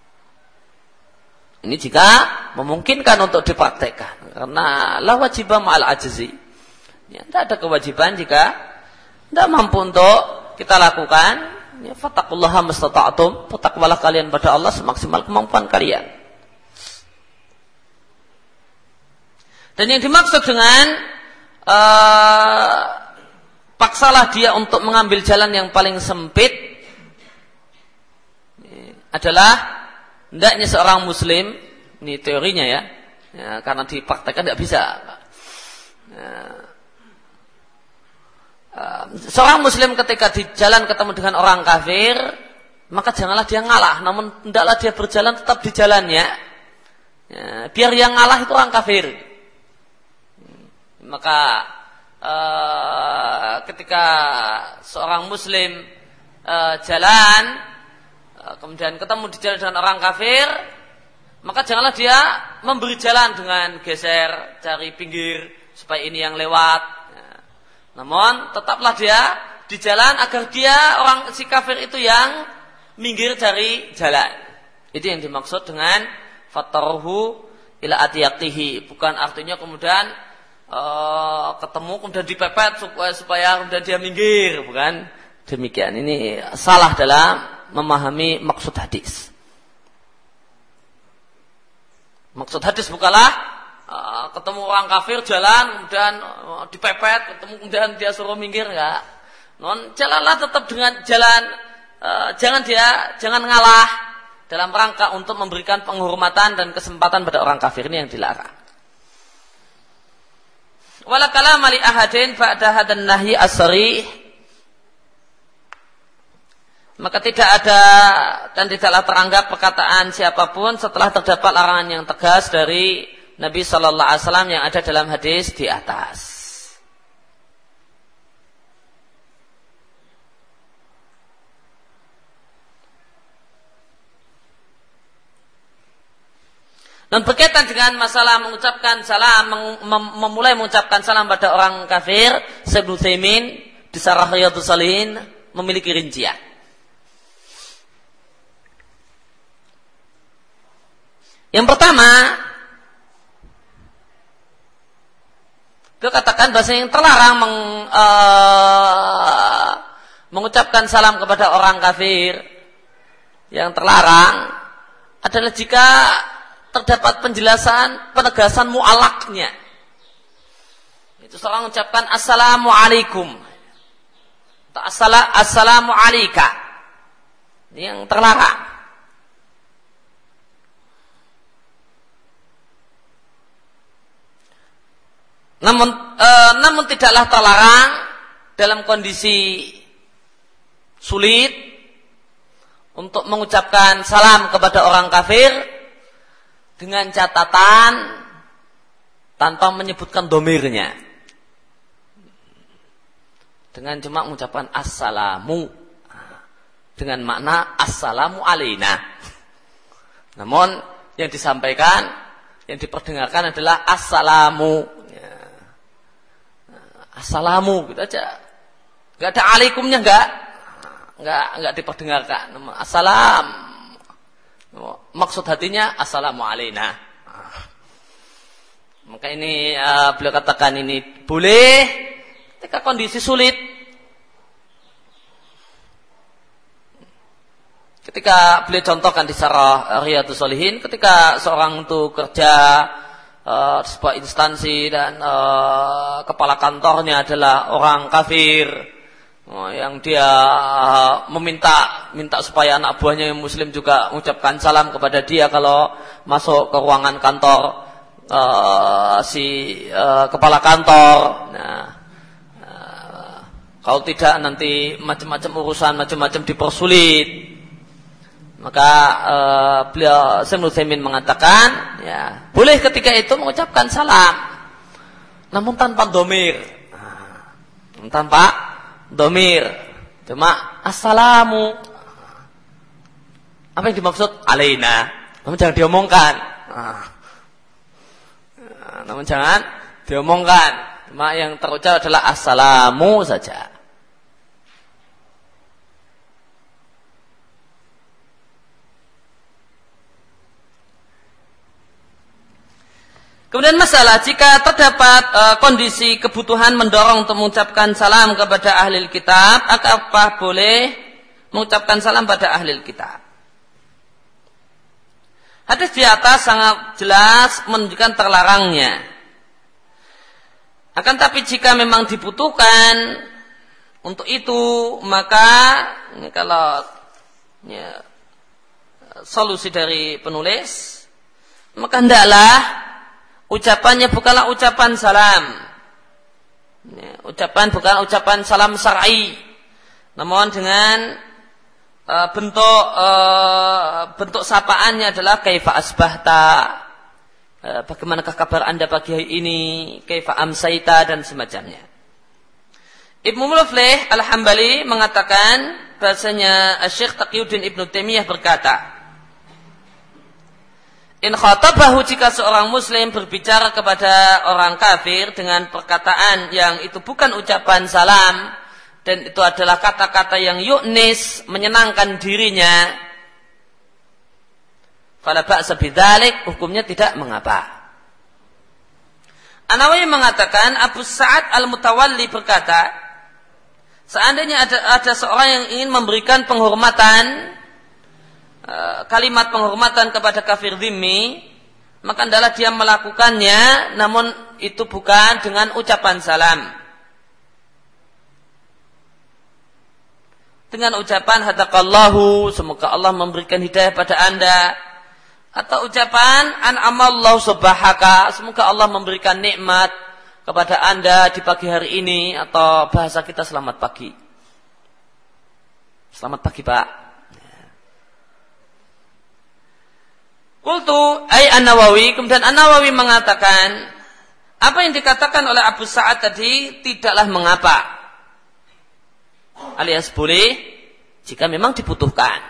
Ini jika memungkinkan untuk dipraktekkan, karena la wajibah ma'al ajzi. Ya, tidak ada kewajiban jika tidak mampu untuk kita lakukan. Ya, fattaqullaha mastata'tum, bertakwalah kalian pada Allah semaksimal kemampuan kalian. Dan yang dimaksud dengan uh, paksalah dia untuk mengambil jalan yang paling sempit adalah hendaknya seorang muslim, ini teorinya ya, ya karena dipraktekkan tidak bisa. Ya, seorang muslim ketika di jalan ketemu dengan orang kafir, maka janganlah dia ngalah, namun hendaklah dia berjalan tetap di jalannya, ya, biar yang ngalah itu orang kafir. Maka uh, ketika seorang muslim uh, jalan uh, kemudian ketemu di jalan dengan orang kafir, maka janganlah dia memberi jalan dengan geser, cari pinggir supaya ini yang lewat. Namun tetaplah dia di jalan agar dia orang si kafir itu yang minggir dari jalan. Itu yang dimaksud dengan fattaruhu ila atyaqihi. Bukan artinya kemudian uh, ketemu kemudian dipepet supaya supaya kemudian dia minggir, bukan demikian. Ini salah dalam memahami maksud hadis. Maksud hadis bukanlah ketemu orang kafir jalan kemudian dipepet, ketemu kemudian dia suruh minggir, enggak. Non, jalanlah tetap dengan jalan, uh, jangan dia jangan ngalah dalam rangka untuk memberikan penghormatan dan kesempatan pada orang kafir, ini yang dilarang. Wala kalama li ahadin ba'da hadan nahyi as-sarih. Maka tidak ada dan tidaklah teranggap perkataan siapapun setelah terdapat larangan yang tegas dari Nabi Shallallahu Alaihi Wasallam yang ada dalam hadis di atas. Dan berkaitan dengan masalah mengucapkan salam, mem- memulai mengucapkan salam pada orang kafir, Syekh Ibnu Utsaimin di Syarah Riyadhus Shalihin memiliki rincian. Yang pertama, beliau katakan bahasa yang terlarang meng, uh, mengucapkan salam kepada orang kafir yang terlarang adalah jika terdapat penjelasan, penegasan mu'alaknya. Itu seorang mengucapkan assalamualaikum atau assalamu alaika. Ini yang terlarang. Namun, e, namun tidaklah terlarang dalam kondisi sulit untuk mengucapkan salam kepada orang kafir dengan catatan tanpa menyebutkan domirnya, dengan cuma mengucapkan assalamu dengan makna assalamu alaina. Namun yang disampaikan, yang diperdengarkan adalah assalamu, assalamu gitu aja, nggak ada alaikumnya, nggak nggak nggak diperdengarkan. Assalam, maksud hatinya assalamu alaina. Maka ini uh, beliau katakan ini boleh ketika kondisi sulit. Ketika beliau contohkan di Syarah Riyadhus Shalihin, ketika seorang itu kerja uh, sebuah instansi dan uh, kepala kantornya adalah orang kafir, oh, yang dia uh, meminta minta supaya anak buahnya yang muslim juga mengucapkan salam kepada dia kalau masuk ke ruangan kantor uh, si uh, kepala kantor. Nah, uh, kalau tidak nanti macam-macam urusan, macam-macam dipersulit. Maka uh, beliau Syekh Ibnu Utsaimin mengatakan, ya boleh ketika itu mengucapkan salam, namun tanpa domir, nah, tanpa domir, cuma assalamu. Apa yang dimaksud? Alaina. Namun jangan diomongkan. Nah, namun jangan diomongkan. Cuma yang terucap adalah assalamu saja. Kemudian masalah jika terdapat uh, kondisi kebutuhan mendorong untuk mengucapkan salam kepada ahli kitab, apakah boleh mengucapkan salam pada ahli kitab? Hadis di atas sangat jelas menunjukkan terlarangnya. Akan tapi jika memang dibutuhkan untuk itu, maka ini kalau ya, solusi dari penulis, maka hendaklah ucapannya bukanlah ucapan salam. Ya, ucapan bukan ucapan salam syar'i, namun dengan uh, bentuk uh, bentuk sapaannya adalah kaifa asbahta, uh, bagaimanakah kabar Anda pagi hari ini, kaifa amsaita dan semacamnya. Ibnu Muflih Al-Hambali mengatakan bahasanya Syekh Taqiyuddin Ibnu Taimiyah berkata, in khatabahu, jika seorang muslim berbicara kepada orang kafir dengan perkataan yang itu bukan ucapan salam dan itu adalah kata-kata yang yu'nis, menyenangkan dirinya, fala ba'sa bidzalik, hukumnya tidak mengapa. An-Nawawi mengatakan, Abu Sa'ad Al-Mutawalli berkata, seandainya ada, ada seorang yang ingin memberikan penghormatan, kalimat penghormatan kepada kafir dhimmi, maka adalah dia melakukannya, namun itu bukan dengan ucapan salam, dengan ucapan hadakallahu, semoga Allah memberikan hidayah pada Anda, atau ucapan an'amallahu subhaka, semoga Allah memberikan nikmat kepada Anda di pagi hari ini, atau bahasa kita selamat pagi. Selamat pagi, Pak. Qultu ay An-Nawawi, kemudian An-Nawawi mengatakan, apa yang dikatakan oleh Abu Sa'ad tadi tidaklah mengapa. Alias boleh jika memang dibutuhkan.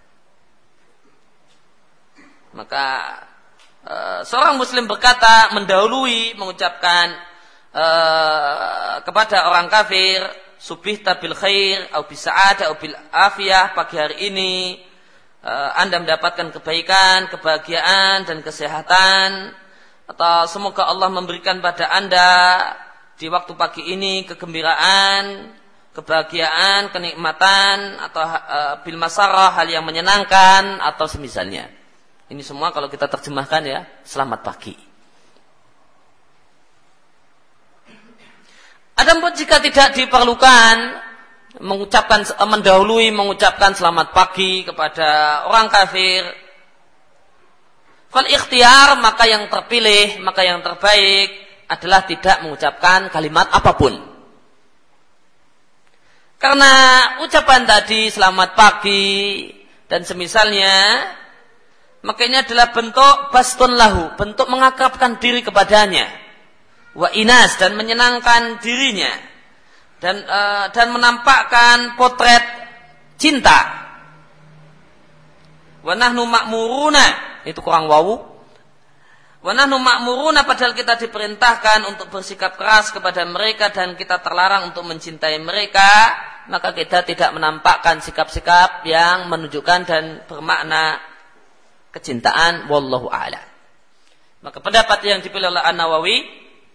Maka e, seorang muslim berkata mendahului mengucapkan e, kepada orang kafir subihta bil khair au bis sa'adah au bil afiyah, pagi hari ini e, Anda mendapatkan kebaikan, kebahagiaan dan kesehatan, atau semoga Allah memberikan pada Anda di waktu pagi ini kegembiraan, kebahagiaan, kenikmatan, atau e, bil masarah, hal yang menyenangkan atau semisalnya. Ini semua kalau kita terjemahkan ya, selamat pagi. Adapun jika tidak diperlukan mengucapkan mendahului mengucapkan selamat pagi kepada orang kafir, fal ikhtiar, maka yang terpilih, maka yang terbaik adalah tidak mengucapkan kalimat apapun. Karena ucapan tadi selamat pagi dan semisalnya, maka ini adalah bentuk bastun lahu, bentuk mengakrabkan diri kepadanya, wa inas, dan menyenangkan dirinya, dan uh, dan menampakkan potret cinta. Wa nahnu ma'muruna, itu kurang wawu. Wa nahnu ma'muruna, padahal kita diperintahkan untuk bersikap keras kepada mereka dan kita terlarang untuk mencintai mereka, maka kita tidak menampakkan sikap-sikap yang menunjukkan dan bermakna kecintaan, wallahu a'lam. Maka pendapat yang dipilih oleh An-Nawawi,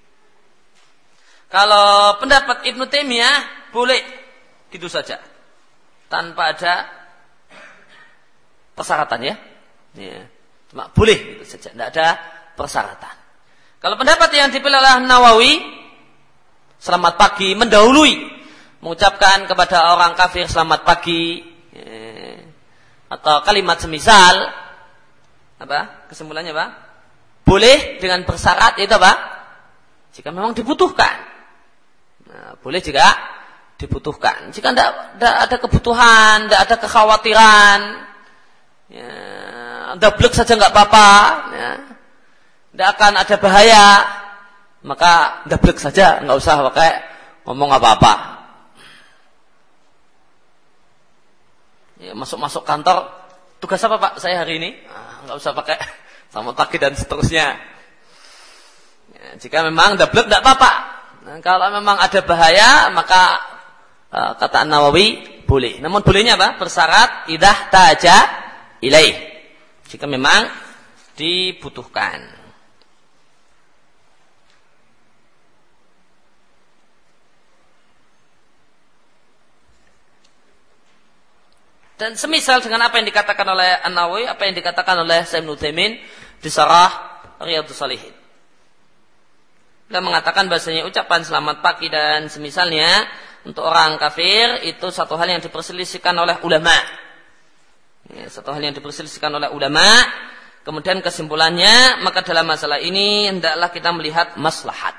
kalau pendapat Ibnu Taimiyah boleh gitu saja tanpa ada persyaratan ya. Ya, cuma boleh gitu saja, tidak ada persyaratan. Kalau pendapat yang dipilih oleh An-Nawawi, selamat pagi mendahului mengucapkan kepada orang kafir selamat pagi, ya, atau kalimat semisal, apa? Kesimpulannya apa? Boleh dengan bersyarat itu apa? Jika memang dibutuhkan. Nah, boleh jika dibutuhkan. Jika tidak ada kebutuhan, tidak ada kekhawatiran, ya, dablek saja nggak apa-apa, ya, tidak akan ada bahaya, maka dablek saja, nggak usah pakai ngomong apa-apa. Ya, masuk-masuk kantor, tugas apa Pak saya hari ini? Nah, nggak usah pakai selamat pagi dan seterusnya. Ya, jika memang dablek tidak apa-apa. Nah, kalau memang ada bahaya, maka uh, kata An-Nawawi boleh. Namun bolehnya apa? Bersyarat idah taja ilaih. Jika memang dibutuhkan. Dan semisal dengan apa yang dikatakan oleh An-Nawawi, apa yang dikatakan oleh Syekh Ibnu Utsaimin di Syarah Riyadhus Shalihin. Dia mengatakan bahasanya ucapan selamat pagi dan semisalnya untuk orang kafir itu satu hal yang diperselisihkan oleh ulama. Ya, satu hal yang diperselisihkan oleh ulama. Kemudian kesimpulannya, maka dalam masalah ini hendaklah kita melihat maslahat.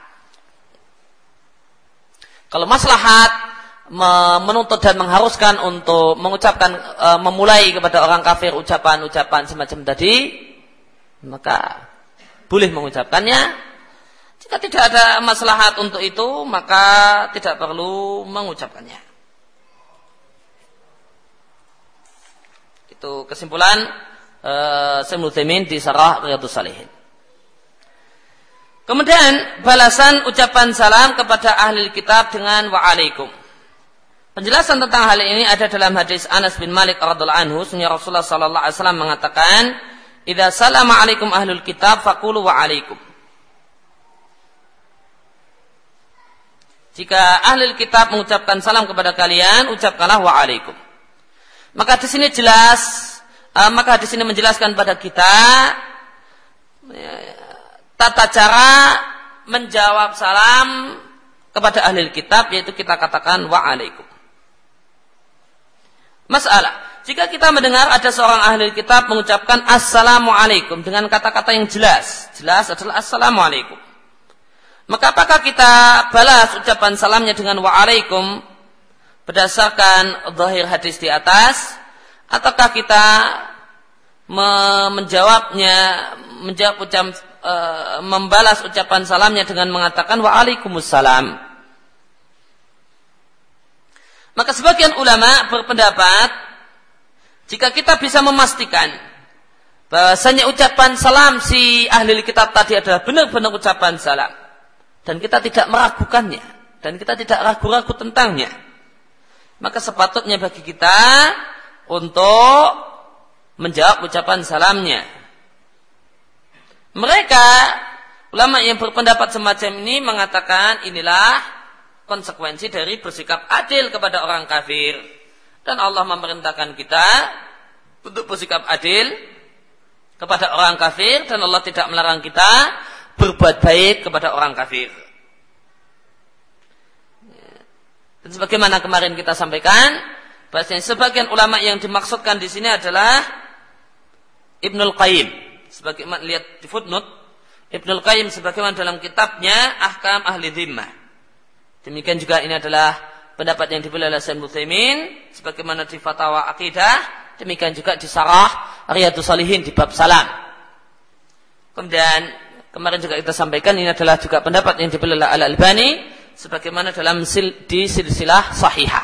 Kalau maslahat menuntut dan mengharuskan untuk mengucapkan, e, memulai kepada orang kafir ucapan-ucapan semacam tadi, maka boleh mengucapkannya. Jika tidak ada maslahat untuk itu, maka tidak perlu mengucapkannya. Itu kesimpulan e, Syekh Ibnu Utsaimin di Syarah Riyadhus Shalihin. Kemudian balasan ucapan salam kepada ahli kitab dengan wa'alaikum. Penjelasan tentang hal ini ada dalam hadis Anas bin Malik radhiyallahu anhu, sunnya Rasulullah sallallahu alaihi wasallam mengatakan, "Idza salama 'alaikum ahlul kitab faqulu wa 'alaikum." Jika ahli kitab mengucapkan salam kepada kalian, ucapkanlah wa 'alaikum. Maka di sini jelas, uh, maka di sini menjelaskan pada kita ya, tata cara menjawab salam kepada ahli kitab, yaitu kita katakan wa 'alaikum. Masalah, jika kita mendengar ada seorang ahli kitab mengucapkan assalamualaikum dengan kata-kata yang jelas, jelas adalah assalamualaikum, maka apakah kita balas ucapan salamnya dengan wa'alaikum berdasarkan zahir hadis di atas, ataukah kita menjawabnya, menjawab ucap, e, membalas ucapan salamnya dengan mengatakan waalaikumsalam. Maka sebagian ulama berpendapat jika kita bisa memastikan bahwasanya ucapan salam si ahli kitab tadi adalah benar-benar ucapan salam dan kita tidak meragukannya dan kita tidak ragu-ragu tentangnya, maka sepatutnya bagi kita untuk menjawab ucapan salamnya. Mereka, ulama yang berpendapat semacam ini mengatakan inilah konsekuensi dari bersikap adil kepada orang kafir. Dan Allah memerintahkan kita untuk bersikap adil kepada orang kafir dan Allah tidak melarang kita berbuat baik kepada orang kafir. Dan sebagaimana kemarin kita sampaikan, bahasanya sebagian ulama yang dimaksudkan di sini adalah Ibnul Qayyim. Sebagaimana lihat di footnote, Ibnul Qayyim sebagaimana dalam kitabnya Ahkam Ahli Dhimmah. Demikian juga ini adalah pendapat yang dipilih oleh Syekh Utsaimin sebagaimana di Fatwa Aqidah, demikian juga di Syarah Riyadhus Shalihin di bab salam. Kemudian kemarin juga kita sampaikan ini adalah juga pendapat yang dipilih oleh Al-Albani sebagaimana dalam sil, di silsilah sahihah.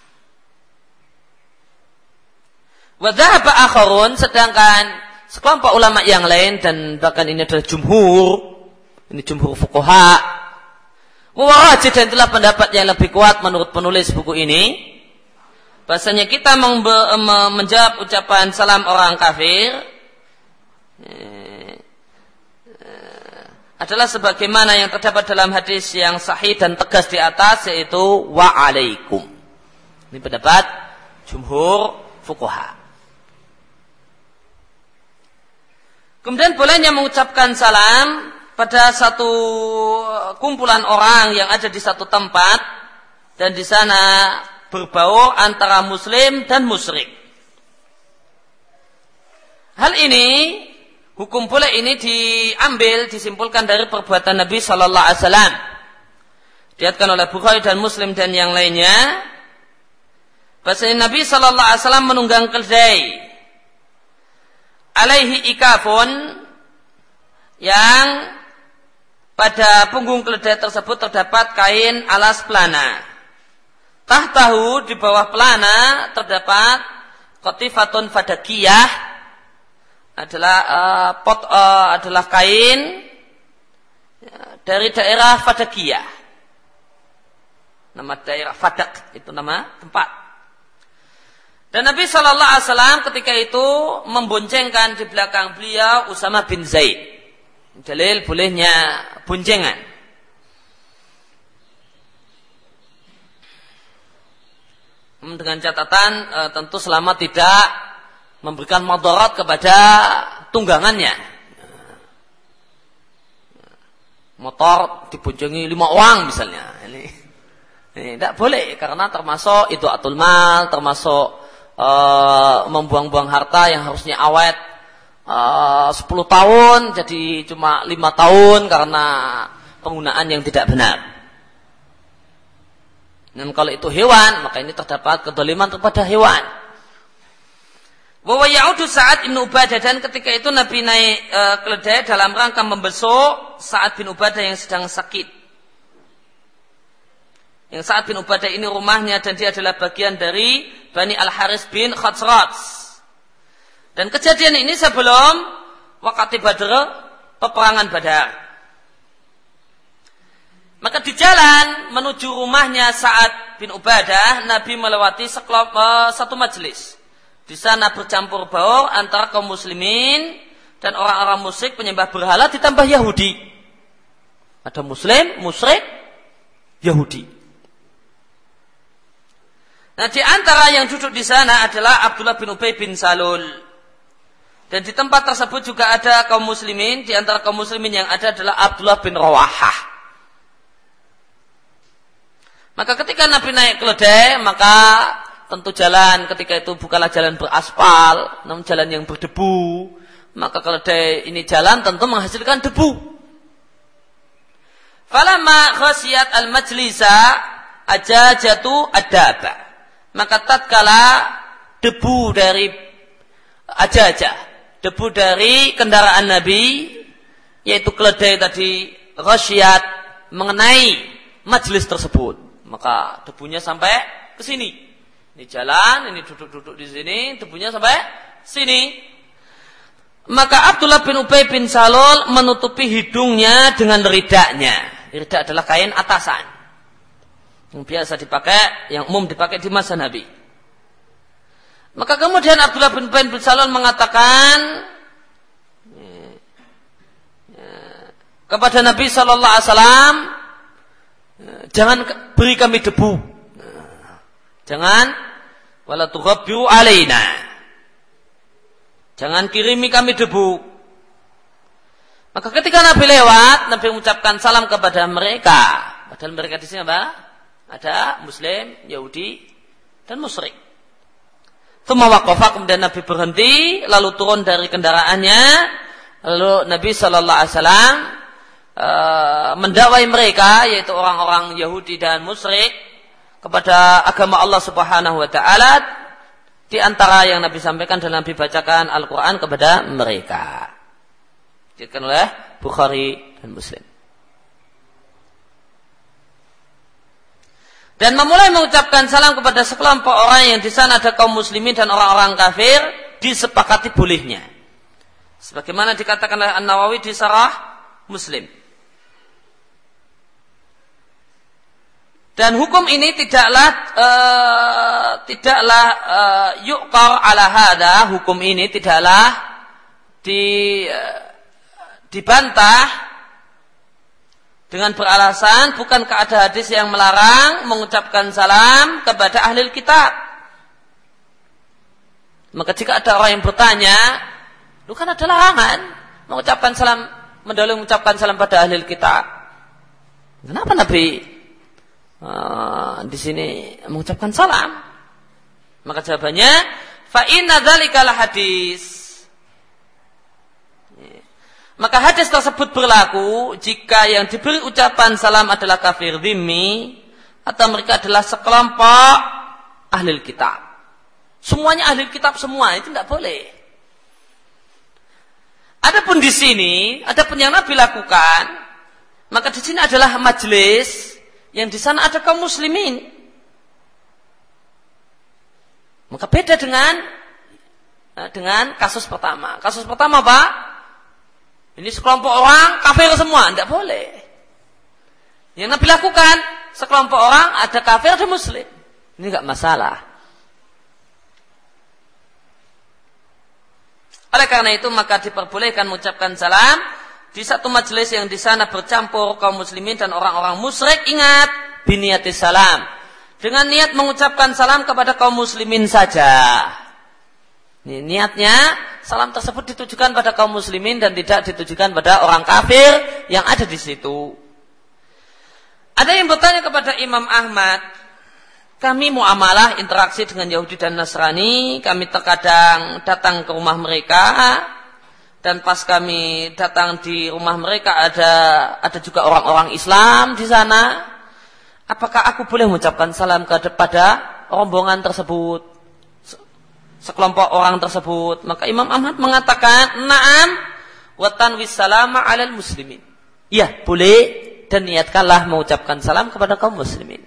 Wa dhahaba akharun, sedangkan sekelompok ulama yang lain dan bahkan ini adalah jumhur, ini jumhur fuqaha, wajib dan itulah pendapat yang lebih kuat menurut penulis buku ini, bahasanya kita membe- menjawab ucapan salam orang kafir eh, eh, adalah sebagaimana yang terdapat dalam hadis yang sahih dan tegas di atas, yaitu wa'alaikum. Ini pendapat jumhur fuqaha. Kemudian bolehnya mengucapkan salam pada satu kumpulan orang yang ada di satu tempat dan di sana berbau antara muslim dan musyrik. Hal ini, hukum boleh ini diambil, disimpulkan dari perbuatan Nabi Sallallahu Alaihi Wasallam. Diriwayatkan oleh Bukhari dan Muslim dan yang lainnya. Bahasanya Nabi Sallallahu Alaihi Wasallam menunggang keledai. Alaihi ikafun, yang pada punggung keledai tersebut terdapat kain alas pelana. Tahtahu, di bawah pelana terdapat qatifatun fadakiyah, adalah uh, pot uh, adalah kain ya, dari daerah Fadakiyah. Nama daerah Fadak itu nama tempat. Dan Nabi Shallallahu Alaihi Wasallam ketika itu memboncengkan di belakang beliau Usama bin Zaid. Dalil bolehnya boncengan. Dengan catatan e, tentu selama tidak memberikan madarat kepada tunggangannya. Motor diboncengi lima orang misalnya. Ini, ini tidak boleh karena termasuk itu atul mal, termasuk Uh, membuang-buang harta yang harusnya awet uh, sepuluh tahun jadi cuma lima tahun karena penggunaan yang tidak benar. Dan kalau itu hewan, maka ini terdapat kedoliman kepada hewan. Wa ya'udu Sa'ad bin Ubadah, dan ketika itu Nabi naik uh, keledai dalam rangka membesuk Sa'ad bin Ubadah yang sedang sakit. Yang Sa'ad bin Ubadah ini rumahnya dan dia adalah bagian dari Bani Al-Haris bin Khazraj. Dan kejadian ini sebelum Waqati Badr, peperangan Badar. Maka di jalan menuju rumahnya Sa'ad bin Ubadah, Nabi melewati sekelompok satu majelis. Di sana bercampur baur antara kaum muslimin dan orang-orang musyrik penyembah berhala ditambah Yahudi. Ada muslim, musyrik, Yahudi. Nah, di antara yang duduk di sana adalah Abdullah bin Ubay bin Salul. Dan di tempat tersebut juga ada kaum muslimin. Di antara kaum muslimin yang ada adalah Abdullah bin Rawahah. Maka ketika Nabi naik keledai, maka tentu jalan ketika itu bukanlah jalan beraspal, namun jalan yang berdebu. Maka keledai ini jalan tentu menghasilkan debu. Falamma khasiyat al-majlisa ajajatu adaba. Maka tatkala debu dari ajajah, debu dari kendaraan Nabi, yaitu keledai tadi, ghasyat, mengenai majelis tersebut. Maka debunya sampai ke sini. Ini jalan, ini duduk-duduk di sini, debunya sampai sini. Maka Abdullah bin Ubay bin Salul menutupi hidungnya dengan ridaknya. Ridak adalah kain atasan yang biasa dipakai, yang umum dipakai di masa Nabi. Maka kemudian Abdullah bin Ubay bin Salul mengatakan kepada Nabi Sallallahu Alaihi Wasallam, jangan beri kami debu, jangan wala tughabbiru alaina, jangan kirimi kami debu. Maka ketika Nabi lewat, Nabi mengucapkan salam kepada mereka. Padahal mereka di sini apa? Ada Muslim, Yahudi, dan musyrik. Tsumma waqafa, kemudian Nabi berhenti, lalu turun dari kendaraannya, lalu Nabi Sallallahu Alaihi Wasallam uh, mendakwai mereka, yaitu orang-orang Yahudi dan musyrik, kepada agama Allah Subhanahu Wa Taala. Di antara yang Nabi sampaikan dan Nabi bacakan Al-Quran kepada mereka. Dikatakan oleh Bukhari dan Muslim. Dan memulai mengucapkan salam kepada sekelompok orang yang di sana ada kaum muslimin dan orang-orang kafir, disepakati bolehnya. Sebagaimana dikatakan oleh An-Nawawi di Syarah Muslim. Dan hukum ini tidaklah uh, tidaklah uh, yuqar ala hada, hukum ini tidaklah di uh, dibantah dengan beralasan bukankah ada hadis yang melarang mengucapkan salam kepada ahli kitab. Maka jika ada orang yang bertanya, lu kan ada larangan mengucapkan salam, mendahului mengucapkan salam pada ahli kitab, kenapa Nabi uh, di sini mengucapkan salam? Maka jawabannya, fa inna dzalika hadis. Maka hadis tersebut berlaku jika yang diberi ucapan salam adalah kafir dhimmi atau mereka adalah sekelompok ahli kitab. Semuanya ahli kitab semua, itu tidak boleh. Adapun di sini, adapun yang Nabi lakukan, maka di sini adalah majelis yang di sana ada kaum muslimin. Maka beda dengan dengan kasus pertama. Kasus pertama apa? Ini sekelompok orang kafir semua, tidak boleh. Yang Nabi lakukan, sekelompok orang ada kafir ada muslim, ini enggak masalah. Oleh karena itu maka diperbolehkan mengucapkan salam di satu majelis yang di sana bercampur kaum muslimin dan orang-orang musyrik. Ingat, biniyatis salam, dengan niat mengucapkan salam kepada kaum muslimin saja. Ini niatnya salam tersebut ditujukan pada kaum muslimin dan tidak ditujukan pada orang kafir yang ada di situ. Ada yang bertanya kepada Imam Ahmad, kami muamalah interaksi dengan Yahudi dan Nasrani, kami terkadang datang ke rumah mereka, dan pas kami datang di rumah mereka ada ada juga orang-orang Islam di sana. Apakah aku boleh mengucapkan salam kepada rombongan tersebut, sekelompok orang tersebut? Maka Imam Ahmad mengatakan, na'am wa tanwis salama 'alal muslimin. Ya, boleh, dan niatkanlah mengucapkan salam kepada kaum muslimin.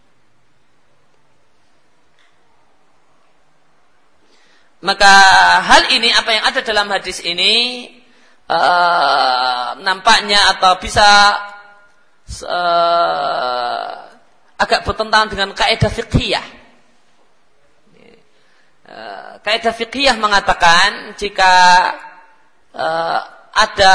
Maka hal ini, apa yang ada dalam hadis ini uh, nampaknya atau bisa uh, agak bertentangan dengan kaidah fiqhiyah. Uh, kaidah fiqhiyah mengatakan jika uh, ada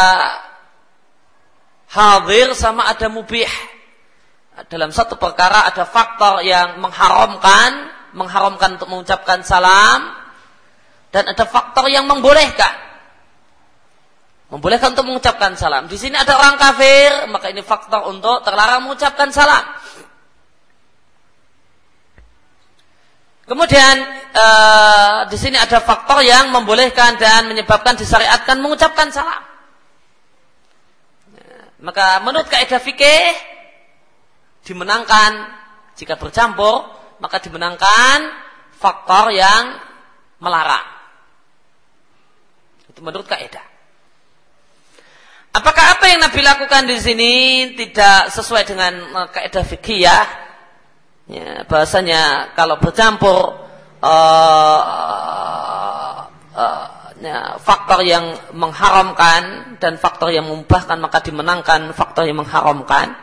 hadir sama ada mubih, dalam satu perkara ada faktor yang mengharamkan mengharamkan untuk mengucapkan salam, dan ada faktor yang membolehkan membolehkan untuk mengucapkan salam. Di sini ada orang kafir, maka ini faktor untuk terlarang mengucapkan salam. Kemudian uh, di sini ada faktor yang membolehkan dan menyebabkan disyariatkan mengucapkan salam. Maka menurut kaidah fikih dimenangkan jika bercampur, maka dimenangkan faktor yang melarang. Itu menurut kaidah. Apakah apa yang Nabi lakukan di sini tidak sesuai dengan kaidah fikih? Ya, bahasanya kalau bercampur uh, uh, ya, faktor yang mengharamkan dan faktor yang memubahkan maka dimenangkan faktor yang mengharamkan.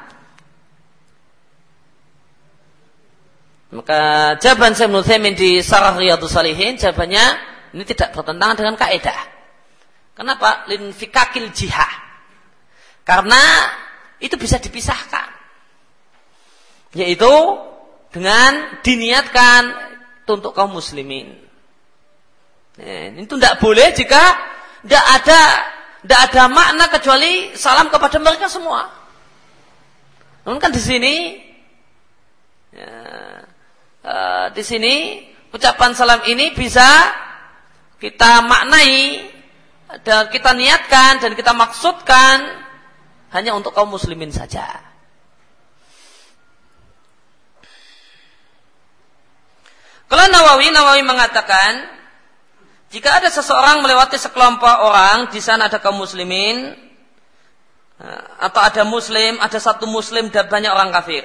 Maka jawaban Syekh Ibnu Utsaimin di Syarah Riyadhus Shalihin jawabannya ini tidak bertentangan dengan kaidah. Kenapa? Lin fikakil jihah. Karena itu bisa dipisahkan. Yaitu dengan diniatkan untuk kaum muslimin. Nah, itu tidak boleh jika tidak ada tidak ada makna kecuali salam kepada mereka semua. Namun kan di sini ya, uh, di sini ucapan salam ini bisa kita maknai dan kita niatkan dan kita maksudkan hanya untuk kaum muslimin saja. Kalau Nawawi, Nawawi mengatakan, jika ada seseorang melewati sekelompok orang, di sana ada kaum muslimin, atau ada muslim, ada satu muslim dan banyak orang kafir.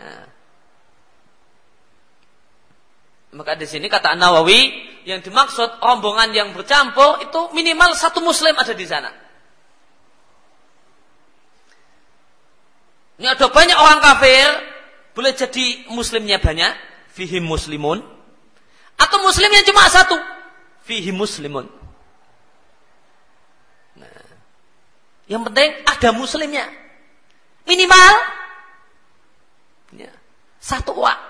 Maka di sini kata Nawawi, yang dimaksud rombongan yang bercampur itu minimal satu muslim ada di sana. Ini ada banyak orang kafir, boleh jadi muslimnya banyak, fihim muslimun. Atau muslimnya cuma satu, fihi muslimun. Nah, yang penting ada muslimnya, minimal ya, satu orang.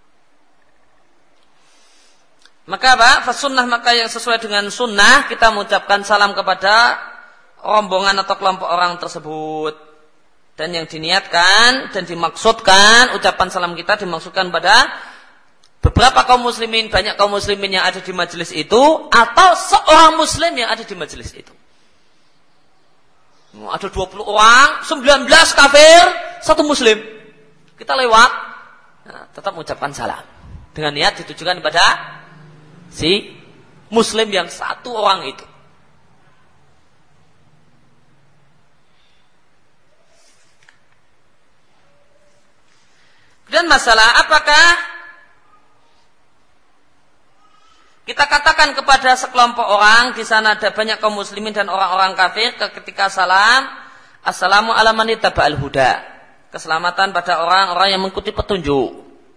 Maka apa? Fasunnah, maka yang sesuai dengan sunnah kita mengucapkan salam kepada rombongan atau kelompok orang tersebut. Dan yang diniatkan dan dimaksudkan ucapan salam kita dimaksudkan pada beberapa kaum muslimin, banyak kaum muslimin yang ada di majelis itu, atau seorang muslim yang ada di majelis itu. Ada dua puluh orang, sembilan belas kafir, satu muslim. Kita lewat, nah, tetap mengucapkan salam. Dengan niat ditujukan kepada si muslim yang satu orang itu. Dan masalah apakah kita katakan kepada sekelompok orang, di sana ada banyak kaum muslimin dan orang-orang kafir, ketika salam, assalamu ala man ittaba'al huda. Keselamatan pada orang-orang yang mengikuti petunjuk.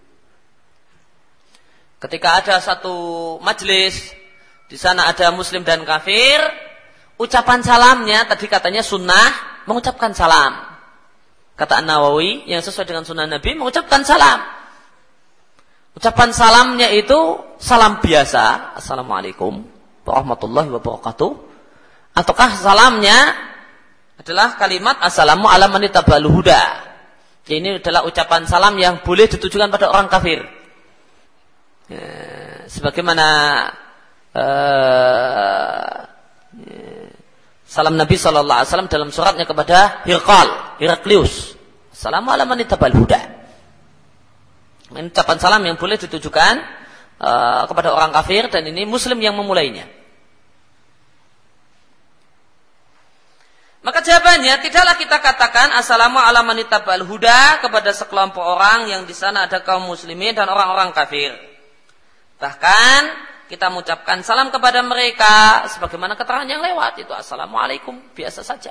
Ketika ada satu majelis, di sana ada muslim dan kafir, ucapan salamnya tadi katanya sunnah, mengucapkan salam. Kata An-Nawawi, yang sesuai dengan sunnah Nabi, mengucapkan salam. Ucapan salamnya itu salam biasa, assalamualaikum warahmatullahi wabarakatuh, ataukah salamnya adalah kalimat assalamu ala man ittaba'al huda. Ini adalah ucapan salam yang boleh ditujukan pada orang kafir. Ya, sebagaimana uh, ya, salam Nabi shallallahu alaihi wasallam dalam suratnya kepada Hirqal, Heraklius, assalamu ala man ittaba'al huda. Ini ucapan salam yang boleh ditujukan uh, kepada orang kafir, dan ini muslim yang memulainya. Maka jawabannya, tidaklah kita katakan assalamu ala man ittaba'al huda kepada sekelompok orang yang di sana ada kaum muslimin dan orang-orang kafir. Bahkan kita mengucapkan salam kepada mereka sebagaimana keterangan yang lewat, itu assalamualaikum, biasa saja.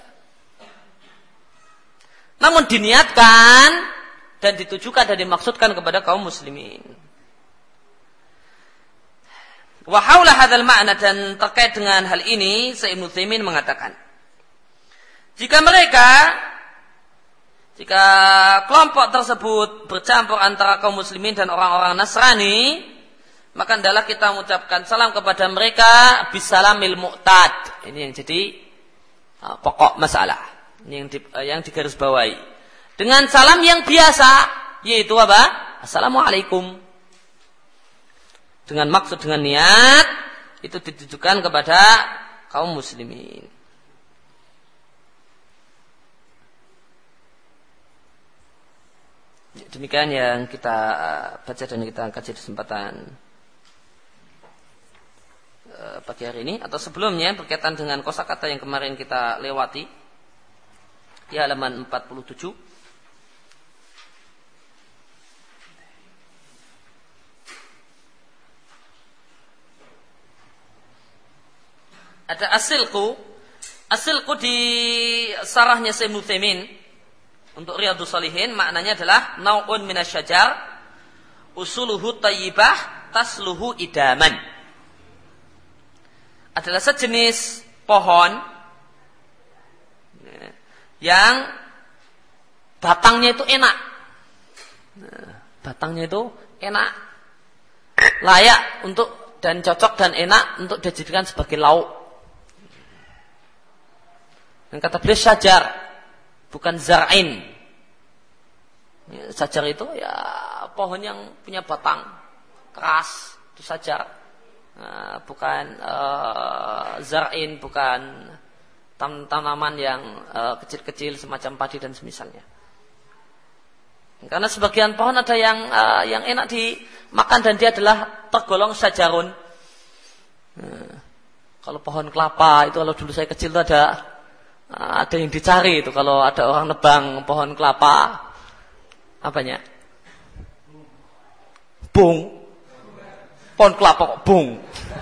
Namun diniatkan dan ditujukan dan dimaksudkan kepada kaum muslimin. Wa haula hadzal ma'na, dan terkait dengan hal ini Syekh Ibnu Utsaimin mengatakan, jika mereka jika kelompok tersebut bercampur antara kaum muslimin dan orang-orang Nasrani, maka hendaklah kita mengucapkan salam kepada mereka bisalamil mu'tad. Ini yang jadi uh, pokok masalah. Ini yang di, uh, yang digarisbawahi. Dengan salam yang biasa, yaitu apa? Assalamualaikum. Dengan maksud, dengan niat, itu ditujukan kepada kaum muslimin. Demikian yang kita baca dan kita kaji di kesempatan pagi hari ini atau sebelumnya berkaitan dengan kosakata yang kemarin kita lewati di halaman empat puluh tujuh. Ada asilku, asilku di sarahnya Syekh Utsaimin untuk Riyadhus Shalihin maknanya adalah nau'un minasyajar usuluhu thayyibah tasluhu idaman. Adalah sejenis pohon yang batangnya itu enak. Batangnya itu enak, layak untuk dan cocok dan enak untuk dijadikan sebagai lauk. Dan kata beliau syajar, bukan zar'in. Ya, syajar itu ya pohon yang punya batang keras, itu syajar. Nah, bukan uh, zar'in, bukan tan- tanaman yang uh, kecil-kecil semacam padi dan semisalnya. Karena sebagian pohon ada yang uh, yang enak dimakan dan dia adalah tergolong syajarun. Nah, kalau pohon kelapa itu kalau dulu saya kecil itu ada ada yang dicari itu kalau ada orang nebang pohon kelapa, apanya? Bung. Pohon kelapa kok bung.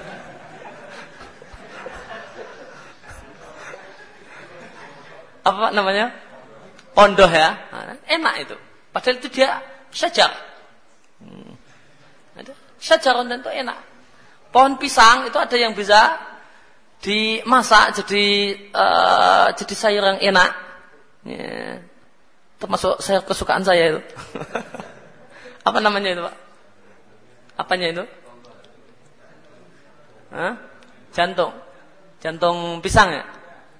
Apa namanya? Pondoh ya. Nah, enak itu. Padahal itu dia syajar. Hmm. Syajaron dan itu enak. Pohon pisang itu ada yang bisa dimasak jadi uh, jadi sayur yang enak, ya. Termasuk sayur kesukaan saya itu. Apa namanya itu, Pak? Apanya itu? Hah? Jantung, jantung pisang ya.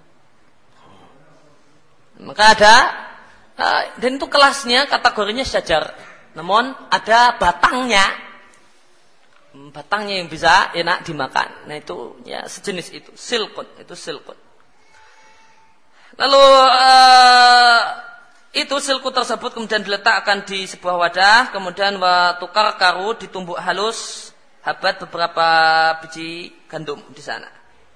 Maka ada uh, dan itu kelasnya kategorinya syajar. Namun ada batangnya. Batangnya yang bisa enak dimakan. Nah itu ya sejenis itu. Silkun, itu silkun. Lalu uh, itu silkun tersebut kemudian diletakkan di sebuah wadah, kemudian wa tukar karu ditumbuk halus habat beberapa biji gandum di sana.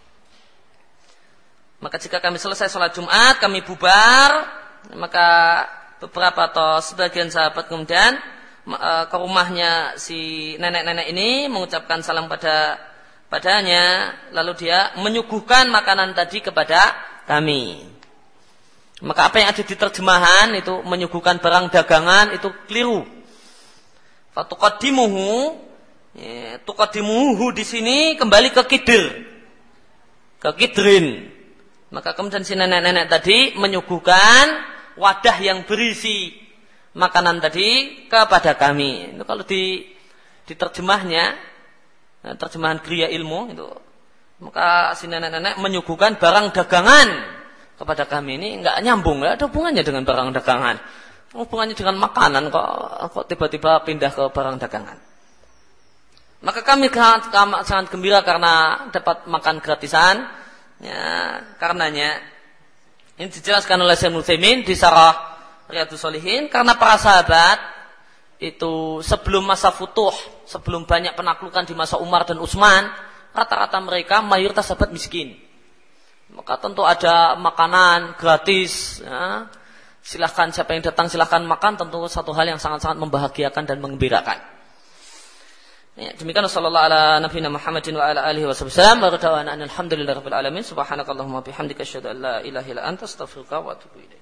Maka jika kami selesai sholat Jumat, kami bubar, maka beberapa atau sebagian sahabat kemudian ke rumahnya si nenek-nenek ini mengucapkan salam pada padanya, lalu dia menyuguhkan makanan tadi kepada kami. Maka apa yang ada di terjemahan itu menyuguhkan barang dagangan itu keliru. Fatuqaddimuhu, ya, tuqaddimuhu di sini kembali ke kidir, ke kidrin. Maka kemudian si nenek-nenek tadi menyuguhkan wadah yang berisi makanan tadi kepada kami. Itu kalau di di terjemahnya, terjemahan Griya Ilmu itu, maka si nenek-nenek menyuguhkan barang dagangan kepada kami. Ini enggak nyambung, enggak ada hubungannya dengan barang dagangan. Hubungannya dengan makanan kok kok tiba-tiba pindah ke barang dagangan. Maka kami sangat, sangat gembira karena dapat makan gratisan. Ya, karenanya ini dijelaskan oleh Syekh Utsaimin di Syarah Riyadhus Shalihin, karena para sahabat itu sebelum masa futuh, sebelum banyak penaklukan di masa Umar dan Utsman, rata-rata mereka mayoritas sahabat miskin. Maka tentu ada makanan gratis, ya. Silahkan siapa yang datang silahkan makan, tentu satu hal yang sangat-sangat membahagiakan dan menggembirakan. Ya, demikian sallallahu ala nabiyina Muhammadin wa ala alihi wasallam wa radwana alhamdulillahirabbil alamin subhanakallahumma bihamdika asyhadu an la ilaha illa anta astaghfiruka wa atubu ilaik.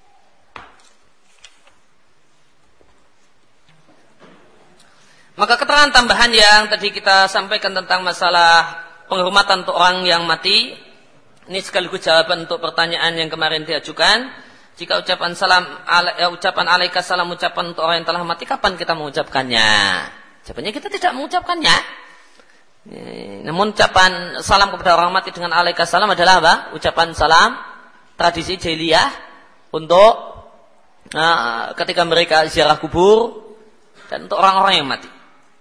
Maka keterangan tambahan yang tadi kita sampaikan tentang masalah penghormatan untuk orang yang mati, ini sekaligus jawaban untuk pertanyaan yang kemarin diajukan. Jika ucapan salam, ya, ucapan alaika salam ucapan untuk orang yang telah mati, kapan kita mengucapkannya? Jawabannya kita tidak mengucapkannya. Namun ucapan salam kepada orang mati dengan alaika salam adalah apa? Ucapan salam tradisi jahiliyah untuk nah, ketika mereka ziarah kubur dan untuk orang-orang yang mati.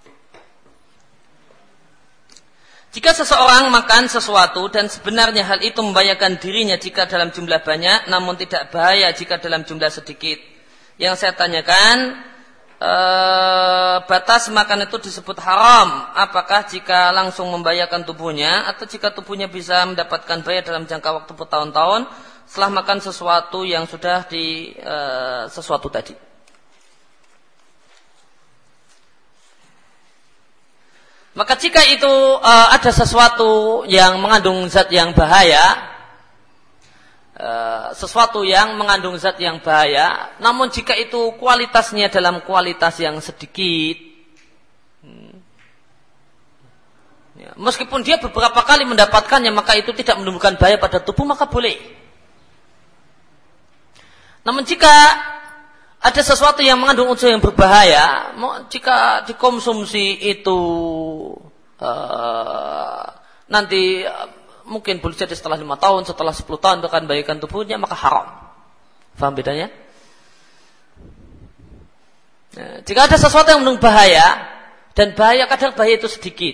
Jika seseorang makan sesuatu dan sebenarnya hal itu membahayakan dirinya jika dalam jumlah banyak, namun tidak bahaya jika dalam jumlah sedikit. Yang saya tanyakan, e, batas makan itu disebut haram? Apakah jika langsung membahayakan tubuhnya atau jika tubuhnya bisa mendapatkan bahaya dalam jangka waktu bertahun-tahun setelah makan sesuatu yang sudah di e, sesuatu tadi? Maka jika itu e, ada sesuatu yang mengandung zat yang bahaya, e, sesuatu yang mengandung zat yang bahaya, namun jika itu kualitasnya dalam kualitas yang sedikit, hmm, ya, meskipun dia beberapa kali mendapatkannya, maka itu tidak menimbulkan bahaya pada tubuh, maka boleh. Namun jika ada sesuatu yang mengandung unsur yang berbahaya, jika dikonsumsi itu uh, nanti uh, mungkin boleh jadi setelah lima tahun, setelah sepuluh tahun itu akan membahayakan tubuhnya, maka haram. Faham bedanya? Nah, jika ada sesuatu yang mengandung bahaya, dan bahaya kadar bahaya itu sedikit,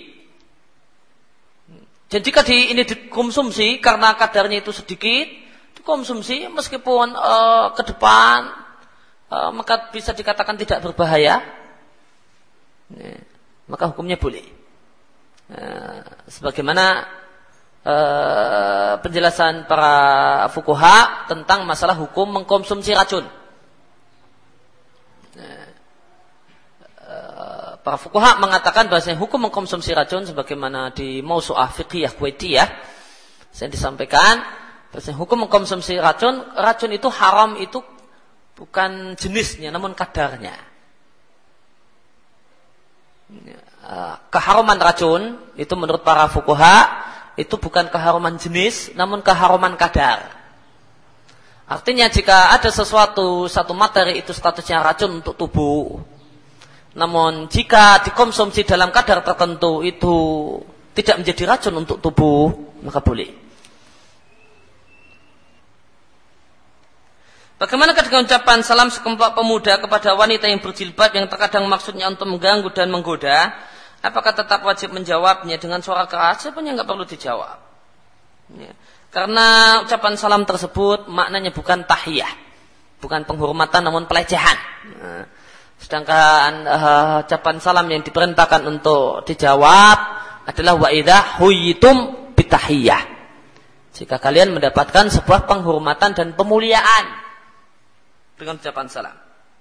dan jika di, ini dikonsumsi karena kadarnya itu sedikit, dikonsumsi meskipun uh, ke depan Uh, maka bisa dikatakan tidak berbahaya, ya, maka hukumnya boleh. Uh, sebagaimana uh, penjelasan para fuqaha tentang masalah hukum mengkonsumsi racun. Uh, uh, para fuqaha mengatakan bahwasanya hukum mengkonsumsi racun sebagaimana di Mausu'ah Fiqhiyah Kuwaitiyah saya disampaikan bahwasanya hukum mengkonsumsi racun, racun itu haram itu bukan jenisnya, namun kadarnya. Keharuman racun itu menurut para fuqaha itu bukan keharuman jenis, namun keharuman kadar. Artinya jika ada sesuatu satu materi itu statusnya racun untuk tubuh, namun jika dikonsumsi dalam kadar tertentu itu tidak menjadi racun untuk tubuh, maka boleh. Bagaimana dengan ucapan salam sekelompok pemuda kepada wanita yang berjilbab yang terkadang maksudnya untuk mengganggu dan menggoda? Apakah tetap wajib menjawabnya dengan suara keras? Sebenarnya nggak perlu dijawab. Ya. Karena ucapan salam tersebut maknanya bukan tahiyah, bukan penghormatan, namun pelecehan. Nah, sedangkan uh, ucapan salam yang diperintahkan untuk dijawab adalah wa idza huyitum bitahiyah. Jika kalian mendapatkan sebuah penghormatan dan pemuliaan dengan ucapan salam.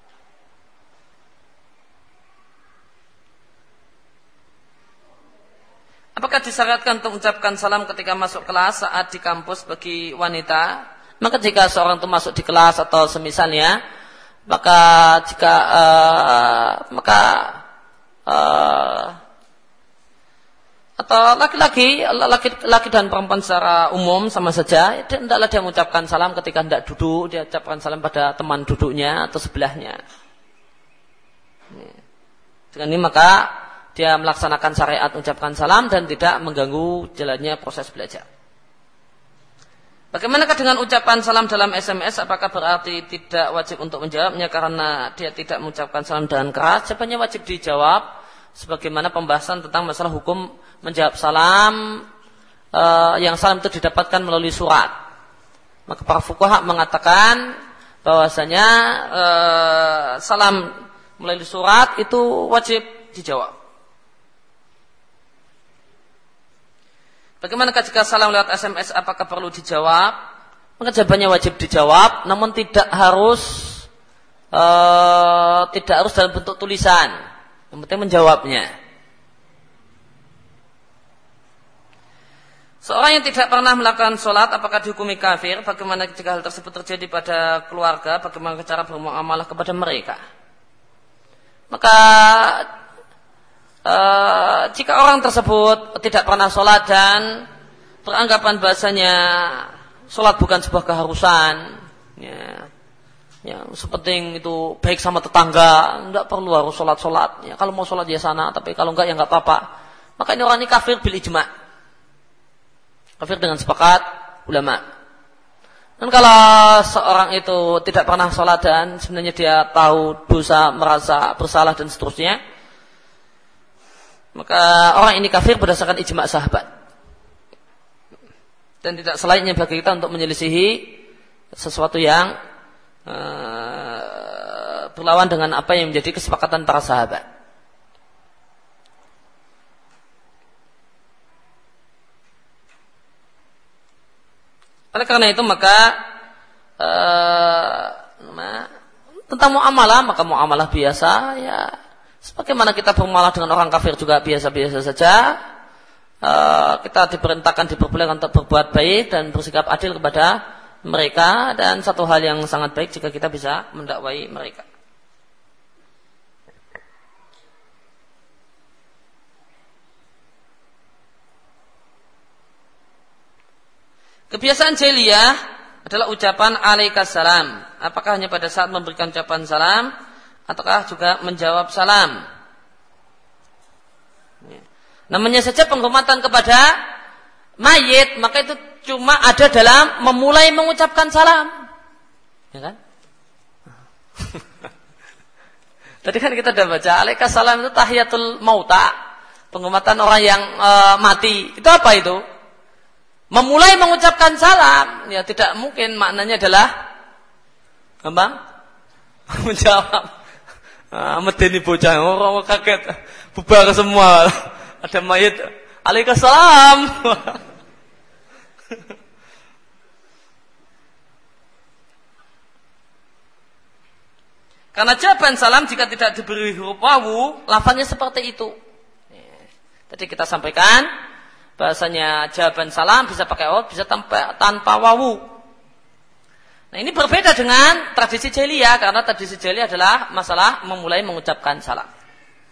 Apakah disyaratkan untuk mengucapkan salam ketika masuk kelas saat di kampus bagi wanita? Maka jika seorang itu masuk di kelas atau semisalnya, maka jika uh, maka uh, atau laki-laki, laki-laki dan perempuan secara umum sama saja, hendaklah dia mengucapkan salam ketika hendak duduk, dia ucapkan salam pada teman duduknya atau sebelahnya. Dengan ini maka dia melaksanakan syariat mengucapkan salam dan tidak mengganggu jalannya proses belajar. Bagaimanakah dengan ucapan salam dalam S M S? Apakah berarti tidak wajib untuk menjawabnya karena dia tidak mengucapkan salam dengan keras? Jawabannya wajib dijawab. Sebagaimana pembahasan tentang masalah hukum menjawab salam uh, yang salam itu didapatkan melalui surat. Maka para fuqaha mengatakan bahwasanya uh, salam melalui surat itu wajib dijawab. Bagaimanakah jika salam lewat S M S? Apakah perlu dijawab? Maka jawabannya wajib dijawab, namun tidak harus uh, tidak harus dalam bentuk tulisan. Yang penting menjawabnya. Seorang yang tidak pernah melakukan sholat, apakah dihukumi kafir? Bagaimana jika hal tersebut terjadi pada keluarga? Bagaimana cara bermuamalah kepada mereka? Maka uh, jika orang tersebut tidak pernah sholat dan beranggapan bahasanya sholat bukan sebuah keharusan, ya, ya, sepenting itu baik sama tetangga, enggak perlu harus sholat-sholat. Ya, kalau mau sholat ya sana, tapi kalau enggak ya enggak apa-apa. Maka ini orang ini kafir bil ijma'. Kafir dengan sepakat ulama. Dan kalau seorang itu tidak pernah sholat dan sebenarnya dia tahu dosa, merasa bersalah dan seterusnya, maka orang ini kafir berdasarkan ijma' sahabat. Dan tidak selainnya bagi kita untuk menyelisihi sesuatu yang berlawan dengan apa yang menjadi kesepakatan para sahabat. Oleh karena itu maka uh, tentang muamalah, maka muamalah biasa ya sebagaimana kita bermuamalah dengan orang kafir juga biasa-biasa saja. Uh, kita diperintahkan, diperbolehkan untuk berbuat baik dan bersikap adil kepada mereka, dan satu hal yang sangat baik jika kita bisa mendakwai mereka. Kebiasaan jahiliyah adalah ucapan alaikassalam. Apakah hanya pada saat memberikan ucapan salam ataukah juga menjawab salam? Namanya saja penghormatan kepada mayit, maka itu cuma ada dalam memulai mengucapkan salam. Ya kan? Tadi kan kita sudah baca alaikassalam itu tahiyatul mauta, penghormatan orang yang e, mati. Itu apa itu? Memulai mengucapkan salam, ya tidak mungkin maknanya adalah apa? Menjawab. Ah, medeni bocah, orang kaget, bubar semua. Ada mayit, alaikassalam. Karena jawaban salam jika tidak diberi huruf wawu, lafaznya seperti itu. Tadi kita sampaikan bahasanya jawaban salam bisa pakai wawu, bisa tanpa, tanpa wawu. Nah ini berbeda dengan tradisi jahiliyah, karena tradisi jahiliyah adalah masalah memulai mengucapkan salam.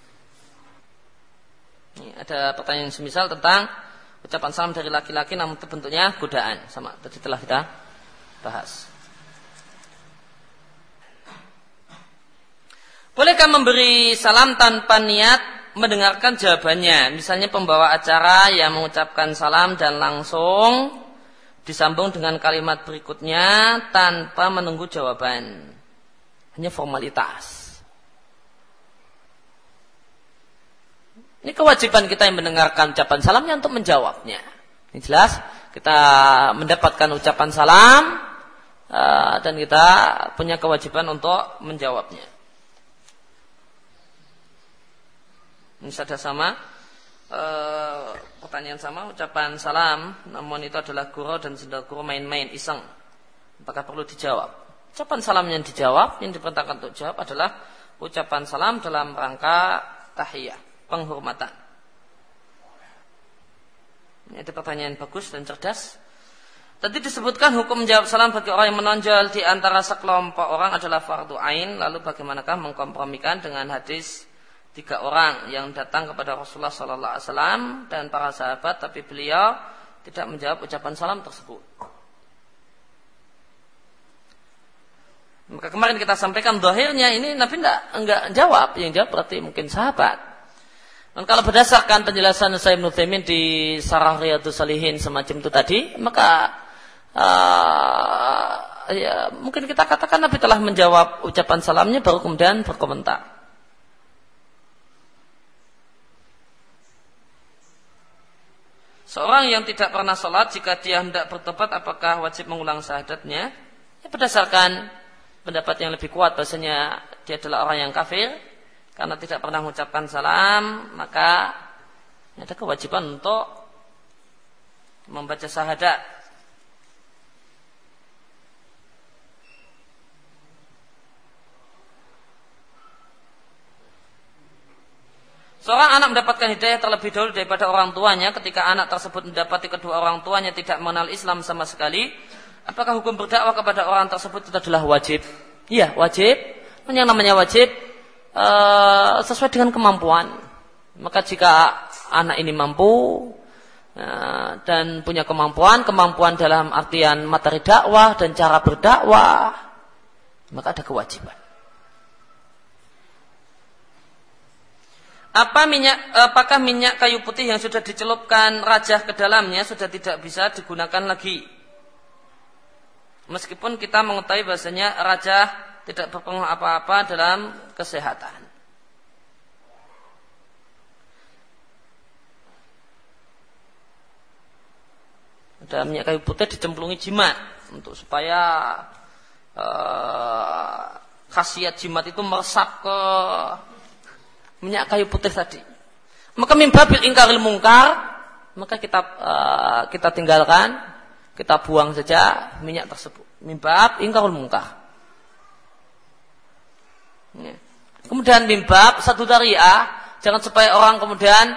Ini ada pertanyaan semisal tentang ucapan salam dari laki-laki namun itu bentuknya godaan, sama tadi telah kita bahas. Bolehkah memberi salam tanpa niat mendengarkan jawabannya? Misalnya pembawa acara yang mengucapkan salam dan langsung disambung dengan kalimat berikutnya tanpa menunggu jawaban. Hanya formalitas. Ini kewajiban kita yang mendengarkan ucapan salamnya untuk menjawabnya. Ini jelas kita mendapatkan ucapan salam uh, dan kita punya kewajiban untuk menjawabnya. Ini sudah sama, uh, pertanyaan sama, ucapan salam, namun itu adalah guru dan sedang guru main-main iseng. Apakah perlu dijawab? Ucapan salam yang dijawab, yang diperintahkan untuk jawab adalah ucapan salam dalam rangka tahiyah, penghormatan. Ini ada pertanyaan bagus dan cerdas. Tadi disebutkan hukum menjawab salam bagi orang yang menonjol di antara sekelompok orang adalah fardu ain. Lalu bagaimanakah mengkompromikan dengan hadis tiga orang yang datang kepada Rasulullah Sallallahu Alaihi Wasallam dan para sahabat, tapi beliau tidak menjawab ucapan salam tersebut. Maka kemarin kita sampaikan zahirnya ini Nabi enggak enggak jawab, yang jawab berarti mungkin sahabat. Dan kalau berdasarkan penjelasan Syaikh Ibnu Utsaimin di Syarah Riyadhus Shalihin semacam itu tadi, maka uh, ya, mungkin kita katakan Nabi telah menjawab ucapan salamnya baru kemudian berkomentar. Seorang yang tidak pernah sholat jika dia hendak bertobat apakah wajib mengulang syahadatnya? Ya, berdasarkan pendapat yang lebih kuat bahasanya dia adalah orang yang kafir. Karena tidak pernah mengucapkan salam, maka ada kewajiban untuk membaca syahadat. Seorang anak mendapatkan hidayah terlebih dahulu daripada orang tuanya. Ketika anak tersebut mendapati kedua orang tuanya tidak mengenal Islam sama sekali, apakah hukum berdakwah kepada orang tersebut itu adalah wajib? Iya, wajib. Yang namanya wajib Uh, sesuai dengan kemampuan. Maka jika anak ini mampu uh, dan punya kemampuan, kemampuan dalam artian materi dakwah dan cara berdakwah, maka ada kewajiban. Apa minyak, apakah minyak kayu putih yang sudah dicelupkan rajah ke dalamnya sudah tidak bisa digunakan lagi? Meskipun kita mengetahui bahasanya rajah tidak berpengaruh apa-apa dalam kesehatan. Ada minyak kayu putih dicemplungi jimat untuk supaya uh, khasiat jimat itu meresap ke minyak kayu putih tadi. Maka min babil ingkaril mungkar, maka kita uh, kita tinggalkan, kita buang saja minyak tersebut. Min bab ingkarul mungkar. Ya. Kemudian min bab satu dariah, jangan supaya orang kemudian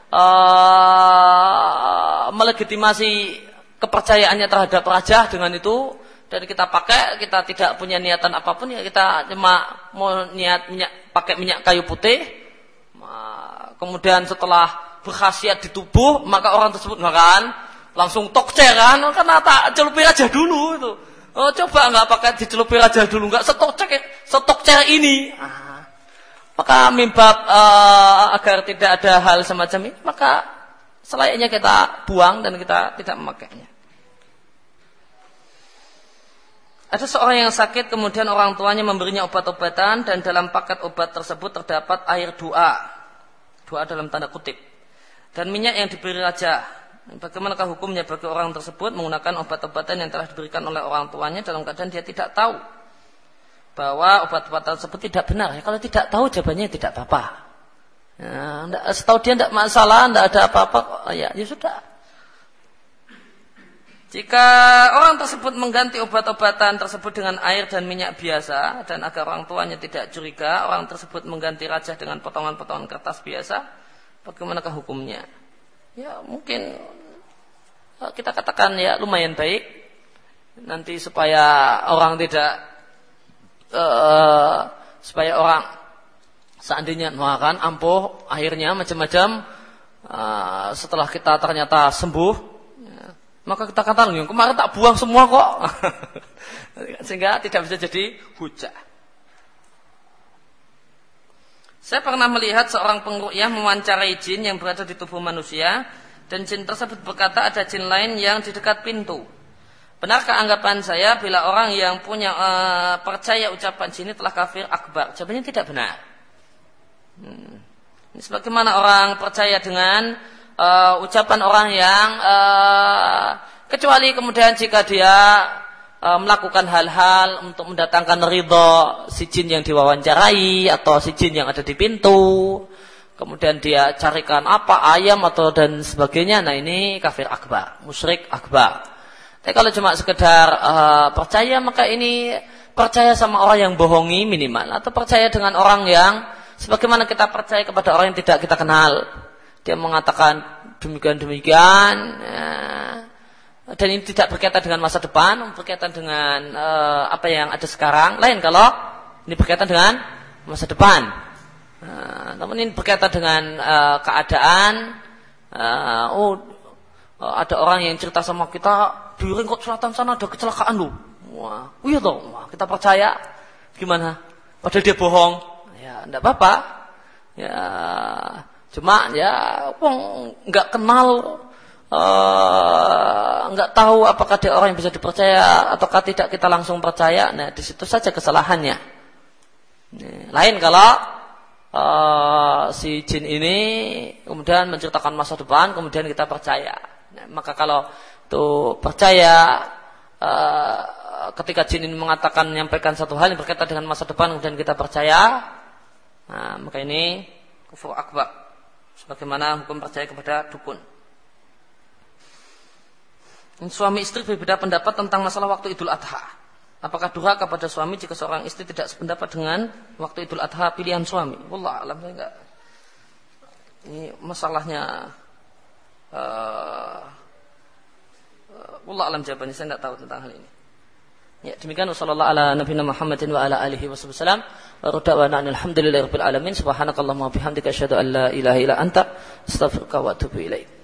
uh, melegitimasi kepercayaannya terhadap raja dengan itu, dan kita pakai, kita tidak punya niatan apapun, ya kita cuma mau niat minyak, pakai minyak kayu putih, kemudian setelah berkhasiat di tubuh, maka orang tersebut nggak kan langsung tokcer kan, karena tak celupin aja dulu itu. Oh, coba nggak pakai dicelupin aja dulu, nggak setokcer, setokcer ini. Ah. Maka mimbab uh, agar tidak ada hal semacam ini, maka selayaknya kita buang dan kita tidak memakainya. Ada seorang yang sakit, kemudian orang tuanya memberinya obat-obatan, dan dalam paket obat tersebut terdapat air doa. Doa dalam tanda kutip. Dan minyak yang diberi raja. Bagaimanakah hukumnya bagi orang tersebut menggunakan obat-obatan yang telah diberikan oleh orang tuanya dalam keadaan dia tidak tahu bahwa obat-obatan tersebut tidak benar? Ya, kalau tidak tahu jawabannya tidak apa-apa. Ya, setahu dia tidak masalah, tidak ada apa-apa, ya, ya sudah. Jika orang tersebut mengganti obat-obatan tersebut dengan air dan minyak biasa, dan agar orang tuanya tidak curiga, orang tersebut mengganti rajah dengan potongan-potongan kertas biasa, bagaimanakah hukumnya? Ya mungkin kita katakan ya lumayan baik, nanti supaya orang tidak, uh, supaya orang seandainya nuakan ampuh airnya macam-macam, uh, setelah kita ternyata sembuh, maka kita katakan, kemarin tak buang semua kok. Sehingga tidak bisa jadi hujah. Saya pernah melihat seorang pengruqyah mewawancarai jin yang berada di tubuh manusia, dan jin tersebut berkata ada jin lain yang di dekat pintu. Benarkah anggapan saya bila orang yang punya uh, percaya ucapan jin telah kafir akbar? Jawabannya tidak benar. Hmm. Ini sebagaimana orang percaya dengan Uh, ucapan orang yang uh, kecuali kemudian jika dia uh, melakukan hal-hal untuk mendatangkan ridho si jin yang diwawancarai atau si jin yang ada di pintu, kemudian dia carikan apa ayam atau dan sebagainya, nah ini kafir akbar, musyrik akbar. Tapi kalau cuma sekedar uh, percaya, maka ini percaya sama orang yang bohongi minimal, atau percaya dengan orang yang sebagaimana kita percaya kepada orang yang tidak kita kenal. Dia mengatakan demikian-demikian, ya, dan ini tidak berkaitan dengan masa depan, berkaitan dengan uh, apa yang ada sekarang. Lain kalau ini berkaitan dengan masa depan. Uh, namun ini berkaitan dengan uh, keadaan. Uh, oh, ada orang yang cerita sama kita di Ringkot Selatan sana ada kecelakaan loh. Wah, oh iya toh, wah, kita percaya. Gimana? Padahal dia bohong. Ya, enggak apa-apa. Ya. Cuma ya, wong nggak kenal, nggak uh, tahu apakah dia orang yang bisa dipercaya ataukah tidak, kita langsung percaya. Nah, di situ saja kesalahannya. Nah, lain kalau uh, si jin ini kemudian menceritakan masa depan, kemudian kita percaya. Nah, maka kalau itu percaya, uh, ketika jin ini mengatakan menyampaikan satu hal yang berkaitan dengan masa depan, kemudian kita percaya, nah, maka ini kufur akbar. Sebagaimana hukum percaya kepada dukun. Suami istri berbeda pendapat tentang masalah waktu Idul Adha. Apakah durhaka pada suami jika seorang istri tidak sependapat dengan waktu Idul Adha pilihan suami? Wallah alam, saya enggak. Ini masalahnya. Uh, uh, Wallah alam jawabannya, saya enggak tahu tentang hal ini. Ya, demikian wassallallahu ala nabiyina Muhammadin wa ala alihi wasallam. Wa rada'wana alhamdulillahirabbil alamin. Subhanakallahumma wa bihamdika asyhadu an la ilaha illa anta astaghfiruka wa atubu ilaik.